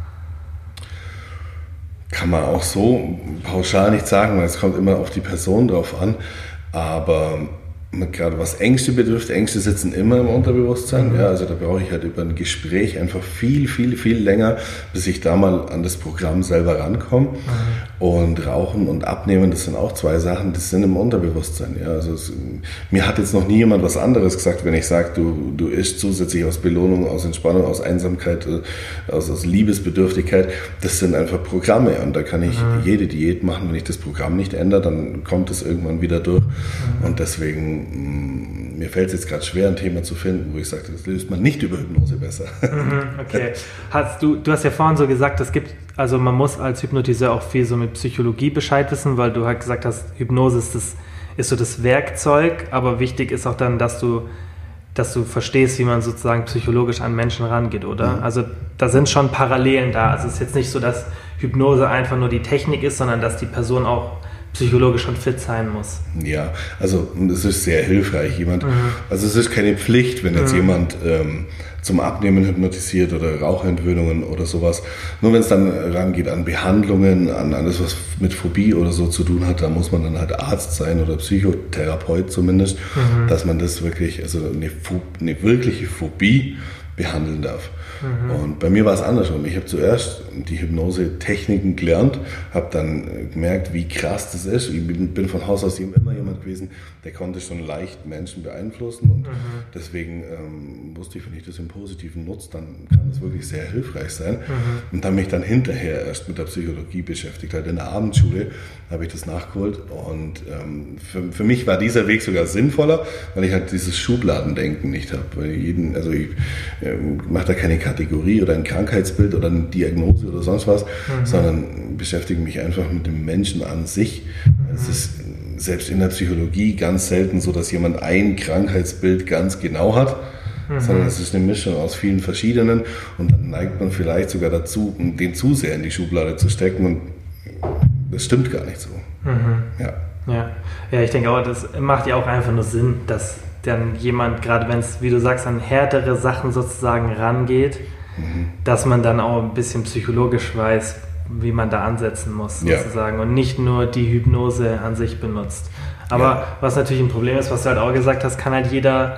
Kann man auch so pauschal nicht sagen, weil es kommt immer auf die Person drauf an. Aber gerade was Ängste betrifft, Ängste sitzen immer im Unterbewusstsein. Ja, also da brauche ich halt über ein Gespräch einfach viel, viel, viel länger, bis ich da mal an das Programm selber rankomme. Und Rauchen und Abnehmen, das sind auch zwei Sachen, das sind im Unterbewusstsein. Ja, also mir hat jetzt noch nie jemand was anderes gesagt, wenn ich sage, du isst zusätzlich aus Belohnung, aus Entspannung, aus Einsamkeit, aus Liebesbedürftigkeit. Das sind einfach Programme und da kann ich jede Diät machen. Wenn ich das Programm nicht ändere, dann kommt es irgendwann wieder durch. Und deswegen mir fällt es jetzt gerade schwer, ein Thema zu finden, wo ich sage, das löst man nicht über Hypnose besser. Okay. Du hast ja vorhin so gesagt, also man muss als Hypnotiseur auch viel so mit Psychologie Bescheid wissen, weil du halt gesagt hast, Hypnose ist so das Werkzeug, aber wichtig ist auch dann, dass du verstehst, wie man sozusagen psychologisch an Menschen rangeht, oder? Also da sind schon Parallelen da. Also es ist jetzt nicht so, dass Hypnose einfach nur die Technik ist, sondern dass die Person auch psychologisch schon fit sein muss. Ja, also es ist sehr hilfreich. Also es ist keine Pflicht, wenn jetzt jemand zum Abnehmen hypnotisiert oder Rauchentwöhnungen oder sowas. Nur wenn es dann rangeht an Behandlungen, an alles, was mit Phobie oder so zu tun hat, da muss man dann halt Arzt sein oder Psychotherapeut zumindest, dass man das wirklich, also eine wirkliche Phobie behandeln darf. Und bei mir war es andersrum. Ich habe zuerst die Hypnose-Techniken gelernt, habe dann gemerkt, wie krass das ist. Ich bin von Haus aus immer jemand gewesen, der konnte schon leicht Menschen beeinflussen und deswegen wusste ich, wenn ich das im Positiven nutze, dann kann das wirklich sehr hilfreich sein. Und habe mich dann hinterher erst mit der Psychologie beschäftigt. Halt in der Abendschule habe ich das nachgeholt und für mich war dieser Weg sogar sinnvoller, weil ich halt dieses Schubladendenken nicht habe. Weil ich mache da keine Kategorie oder ein Krankheitsbild oder eine Diagnose oder sonst was, sondern beschäftige mich einfach mit dem Menschen an sich. Es ist selbst in der Psychologie ganz selten so, dass jemand ein Krankheitsbild ganz genau hat, sondern es ist eine Mischung aus vielen verschiedenen und dann neigt man vielleicht sogar dazu, den zu sehr in die Schublade zu stecken und das stimmt gar nicht so. Ja, ich denke auch, das macht ja auch einfach nur Sinn, dass dann jemand, gerade wenn es, wie du sagst, an härtere Sachen sozusagen rangeht, dass man dann auch ein bisschen psychologisch weiß, wie man da ansetzen muss sozusagen und nicht nur die Hypnose an sich benutzt. Aber was natürlich ein Problem ist, was du halt auch gesagt hast, kann halt jeder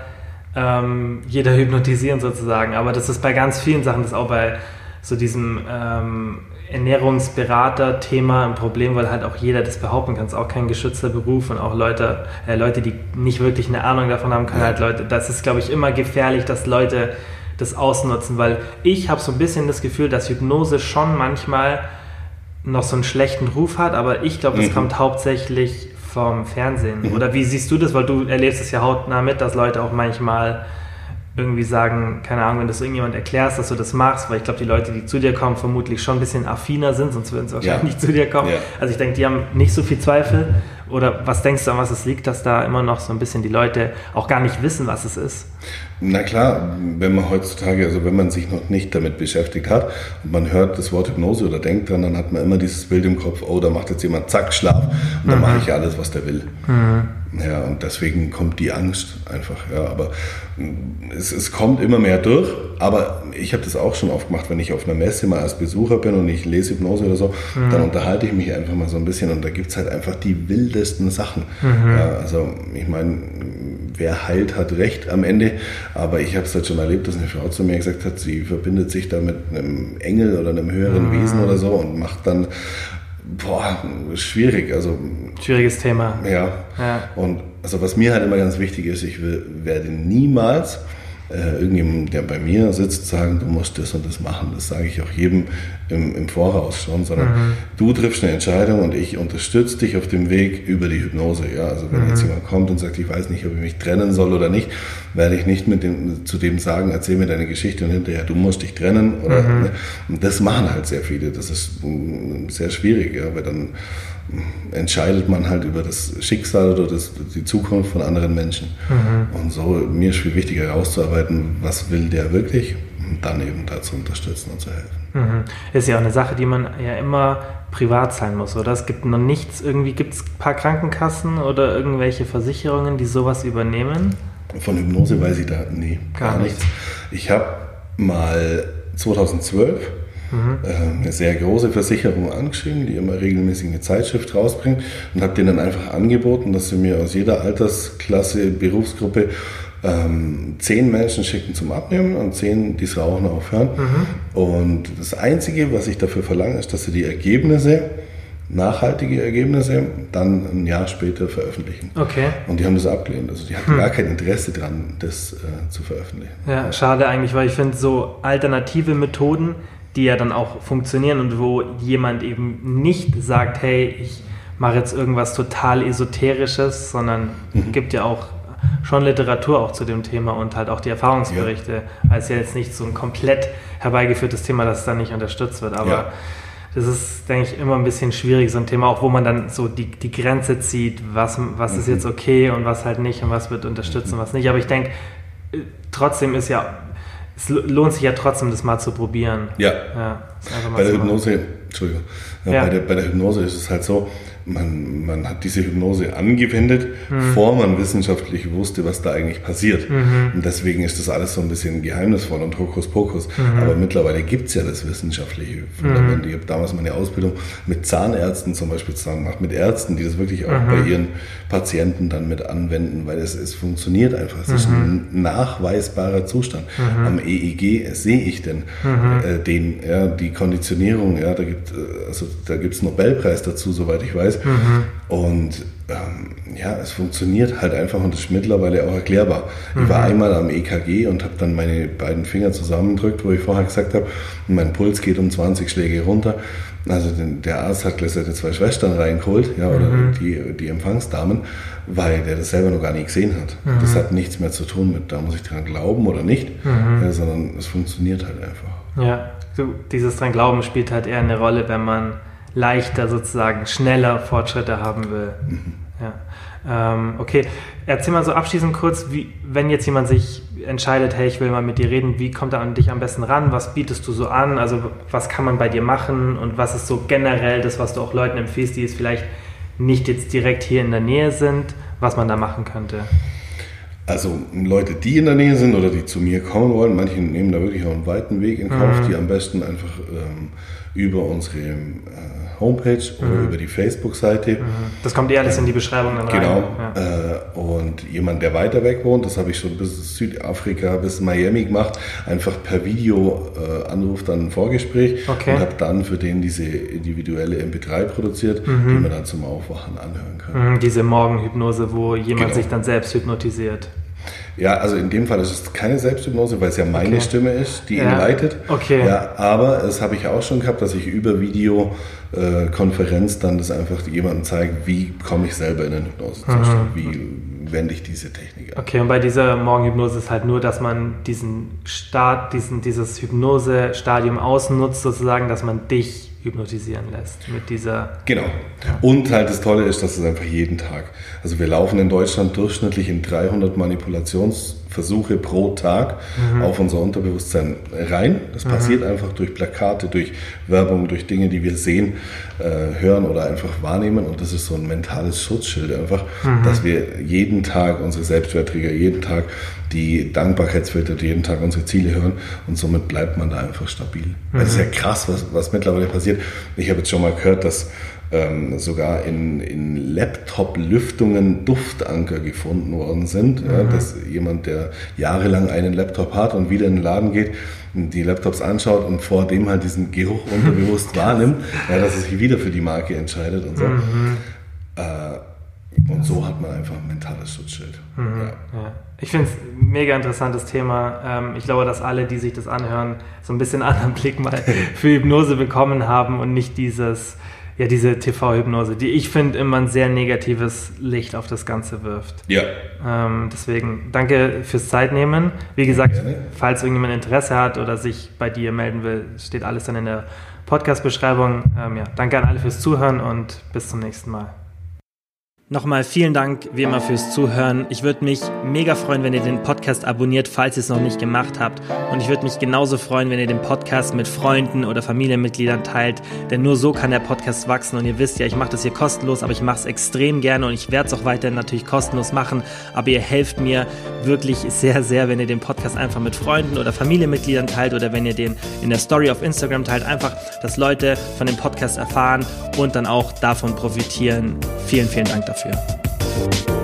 hypnotisieren sozusagen. Aber das ist bei ganz vielen Sachen, das ist auch bei so diesem Ernährungsberater-Thema ein Problem, weil halt auch jeder das behaupten kann. Es ist auch kein geschützter Beruf und auch Leute, die nicht wirklich eine Ahnung davon haben, können halt Leute, das ist, glaube ich, immer gefährlich, dass Leute das ausnutzen, weil ich habe so ein bisschen das Gefühl, dass Hypnose schon manchmal noch so einen schlechten Ruf hat, aber ich glaube, das kommt hauptsächlich vom Fernsehen. Oder wie siehst du das? Weil du erlebst es ja hautnah mit, dass Leute auch manchmal irgendwie sagen, keine Ahnung, wenn du es irgendjemand erklärst, dass du das machst, weil ich glaube, die Leute, die zu dir kommen, vermutlich schon ein bisschen affiner sind, sonst würden sie wahrscheinlich nicht zu dir kommen. Ja. Also ich denke, die haben nicht so viel Zweifel. Oder was denkst du, an was es liegt, dass da immer noch so ein bisschen die Leute auch gar nicht wissen, was es ist? Na klar, wenn man heutzutage, also wenn man sich noch nicht damit beschäftigt hat und man hört das Wort Hypnose oder denkt dran, dann hat man immer dieses Bild im Kopf, oh, da macht jetzt jemand zack, Schlaf und dann mache ich alles, was der will. Ja, und deswegen kommt die Angst einfach, ja, aber es kommt immer mehr durch, aber ich habe das auch schon oft gemacht, wenn ich auf einer Messe mal als Besucher bin und ich lese Hypnose oder so, dann unterhalte ich mich einfach mal so ein bisschen und da gibt es halt einfach die wildesten Sachen. Ja, also ich meine, wer heilt, hat recht am Ende, aber ich habe es halt schon erlebt, dass eine Frau zu mir gesagt hat, sie verbindet sich da mit einem Engel oder einem höheren Wesen oder so und macht dann schwierig, also schwieriges Thema. Ja. Und also was mir halt immer ganz wichtig ist, ich werde niemals irgendjemand, der bei mir sitzt, sagen, du musst das und das machen. Das sage ich auch jedem im Voraus schon, sondern du triffst eine Entscheidung und ich unterstütze dich auf dem Weg über die Hypnose. Ja, also wenn jetzt jemand kommt und sagt, ich weiß nicht, ob ich mich trennen soll oder nicht, werde ich nicht zu dem sagen, erzähl mir deine Geschichte und hinterher, du musst dich trennen. Oder, ne? Und das machen halt sehr viele. Das ist sehr schwierig, ja, weil dann entscheidet man halt über das Schicksal oder die Zukunft von anderen Menschen. Und so, mir ist viel wichtiger herauszuarbeiten, was will der wirklich und dann eben da zu unterstützen und zu helfen. Ist ja auch eine Sache, die man ja immer privat zahlen muss, oder? Es gibt noch nichts, irgendwie gibt es ein paar Krankenkassen oder irgendwelche Versicherungen, die sowas übernehmen? Von Hypnose weiß ich da, gar nichts. Ich habe mal 2012 eine sehr große Versicherung angeschrieben, die immer regelmäßig eine Zeitschrift rausbringt und habe denen dann einfach angeboten, dass sie mir aus jeder Altersklasse, Berufsgruppe 10 Menschen schicken zum Abnehmen und 10, die das Rauchen aufhören. Und das Einzige, was ich dafür verlange, ist, dass sie die Ergebnisse, nachhaltige Ergebnisse, dann ein Jahr später veröffentlichen. Okay. Und die haben das abgelehnt. Also die hatten gar kein Interesse dran, das zu veröffentlichen. Ja, schade eigentlich, weil ich finde, so alternative Methoden, die ja dann auch funktionieren und wo jemand eben nicht sagt, hey, ich mache jetzt irgendwas total Esoterisches, sondern gibt ja auch schon Literatur auch zu dem Thema und halt auch die Erfahrungsberichte, als ja jetzt nicht so ein komplett herbeigeführtes Thema, das dann nicht unterstützt wird, aber das ist, denke ich, immer ein bisschen schwierig, so ein Thema, auch wo man dann so die Grenze zieht, was ist jetzt okay und was halt nicht und was wird unterstützt und was nicht, aber ich denke, trotzdem es lohnt sich ja trotzdem, das mal zu probieren. Ja. Bei der Hypnose, Entschuldigung, bei der Hypnose ist es halt so, man hat diese Hypnose angewendet, bevor man wissenschaftlich wusste, was da eigentlich passiert. Und deswegen ist das alles so ein bisschen geheimnisvoll und Hokuspokus. Aber mittlerweile gibt es ja das wissenschaftliche Fundament. Ich habe damals meine Ausbildung mit Zahnärzten zum Beispiel zusammen gemacht, mit Ärzten, die das wirklich auch bei ihren Patienten dann mit anwenden, weil es funktioniert einfach. Es ist ein nachweisbarer Zustand. Am EEG sehe ich die Konditionierung, da gibt es einen Nobelpreis dazu, soweit ich weiß. Und es funktioniert halt einfach und ist mittlerweile auch erklärbar. Ich war einmal am EKG und habe dann meine beiden Finger zusammengedrückt, wo ich vorher gesagt habe, mein Puls geht um 20 Schläge runter. Also der Arzt hat gleich seine 2 Schwestern reingeholt, oder die Empfangsdamen, weil der das selber noch gar nicht gesehen hat. Das hat nichts mehr zu tun mit, da muss ich dran glauben oder nicht, sondern es funktioniert halt einfach. Ja, dieses dran glauben spielt halt eher eine Rolle, wenn man leichter sozusagen, schneller Fortschritte haben will. Okay, erzähl mal so abschließend kurz, wenn jetzt jemand sich entscheidet, hey, ich will mal mit dir reden, wie kommt er an dich am besten ran? Was bietest du so an? Also was kann man bei dir machen? Und was ist so generell das, was du auch Leuten empfiehlst, die es vielleicht nicht jetzt direkt hier in der Nähe sind, was man da machen könnte? Also Leute, die in der Nähe sind oder die zu mir kommen wollen, manche nehmen da wirklich auch einen weiten Weg in Kauf, die am besten einfach über unsere Homepage oder über die Facebook-Seite. Das kommt alles in die Beschreibung dann rein. Genau. Ja. Und jemand, der weiter weg wohnt, das habe ich schon bis Südafrika, bis Miami gemacht, einfach per Video anruft, dann ein Vorgespräch und habe dann für den diese individuelle MP3 produziert, die man dann zum Aufwachen anhören kann. Diese Morgenhypnose, wo jemand sich dann selbst hypnotisiert. Ja, also in dem Fall ist es keine Selbsthypnose, weil es ja meine Stimme ist, die ihn leitet. Okay. Ja, aber das habe ich auch schon gehabt, dass ich über Videokonferenz dann das einfach jemandem zeige, wie komme ich selber in den Hypnosezustand, wie wende ich diese Technik an. Okay, und bei dieser Morgenhypnose ist halt nur, dass man dieses Hypnose-Stadium ausnutzt, sozusagen, dass man dich hypnotisieren lässt mit dieser... Genau. Und halt das Tolle ist, dass es einfach jeden Tag, also wir laufen in Deutschland durchschnittlich in 300 Manipulationsversuche pro Tag auf unser Unterbewusstsein rein. Das passiert einfach durch Plakate, durch Werbung, durch Dinge, die wir sehen, hören oder einfach wahrnehmen. Und das ist so ein mentales Schutzschild einfach, dass wir jeden Tag unsere Selbstwertträger, jeden Tag die Dankbarkeitsfilter, jeden Tag unsere Ziele hören und somit bleibt man da einfach stabil. Das ist ja krass, was mittlerweile passiert. Ich habe jetzt schon mal gehört, dass sogar in Laptop-Lüftungen Duftanker gefunden worden sind. Ja, dass jemand, der jahrelang einen Laptop hat und wieder in den Laden geht, die Laptops anschaut und vor dem halt diesen Geruch unterbewusst wahrnimmt, dass er sich wieder für die Marke entscheidet und so. Und so hat man einfach ein mentales Schutzschild. Ja. Ich finde es ein mega interessantes Thema. Ich glaube, dass alle, die sich das anhören, so ein bisschen anderen Blick mal für Hypnose bekommen haben und nicht diese TV-Hypnose, die ich finde immer ein sehr negatives Licht auf das Ganze wirft. Ja. Deswegen danke fürs Zeitnehmen. Wie gesagt, falls irgendjemand Interesse hat oder sich bei dir melden will, steht alles dann in der Podcast-Beschreibung. Danke an alle fürs Zuhören und bis zum nächsten Mal. Nochmal vielen Dank, wie immer, fürs Zuhören. Ich würde mich mega freuen, wenn ihr den Podcast abonniert, falls ihr es noch nicht gemacht habt. Und ich würde mich genauso freuen, wenn ihr den Podcast mit Freunden oder Familienmitgliedern teilt. Denn nur so kann der Podcast wachsen. Und ihr wisst ja, ich mache das hier kostenlos, aber ich mache es extrem gerne und ich werde es auch weiterhin natürlich kostenlos machen. Aber ihr helft mir wirklich sehr, sehr, wenn ihr den Podcast einfach mit Freunden oder Familienmitgliedern teilt oder wenn ihr den in der Story auf Instagram teilt. Einfach, dass Leute von dem Podcast erfahren und dann auch davon profitieren. Vielen, vielen Dank dafür.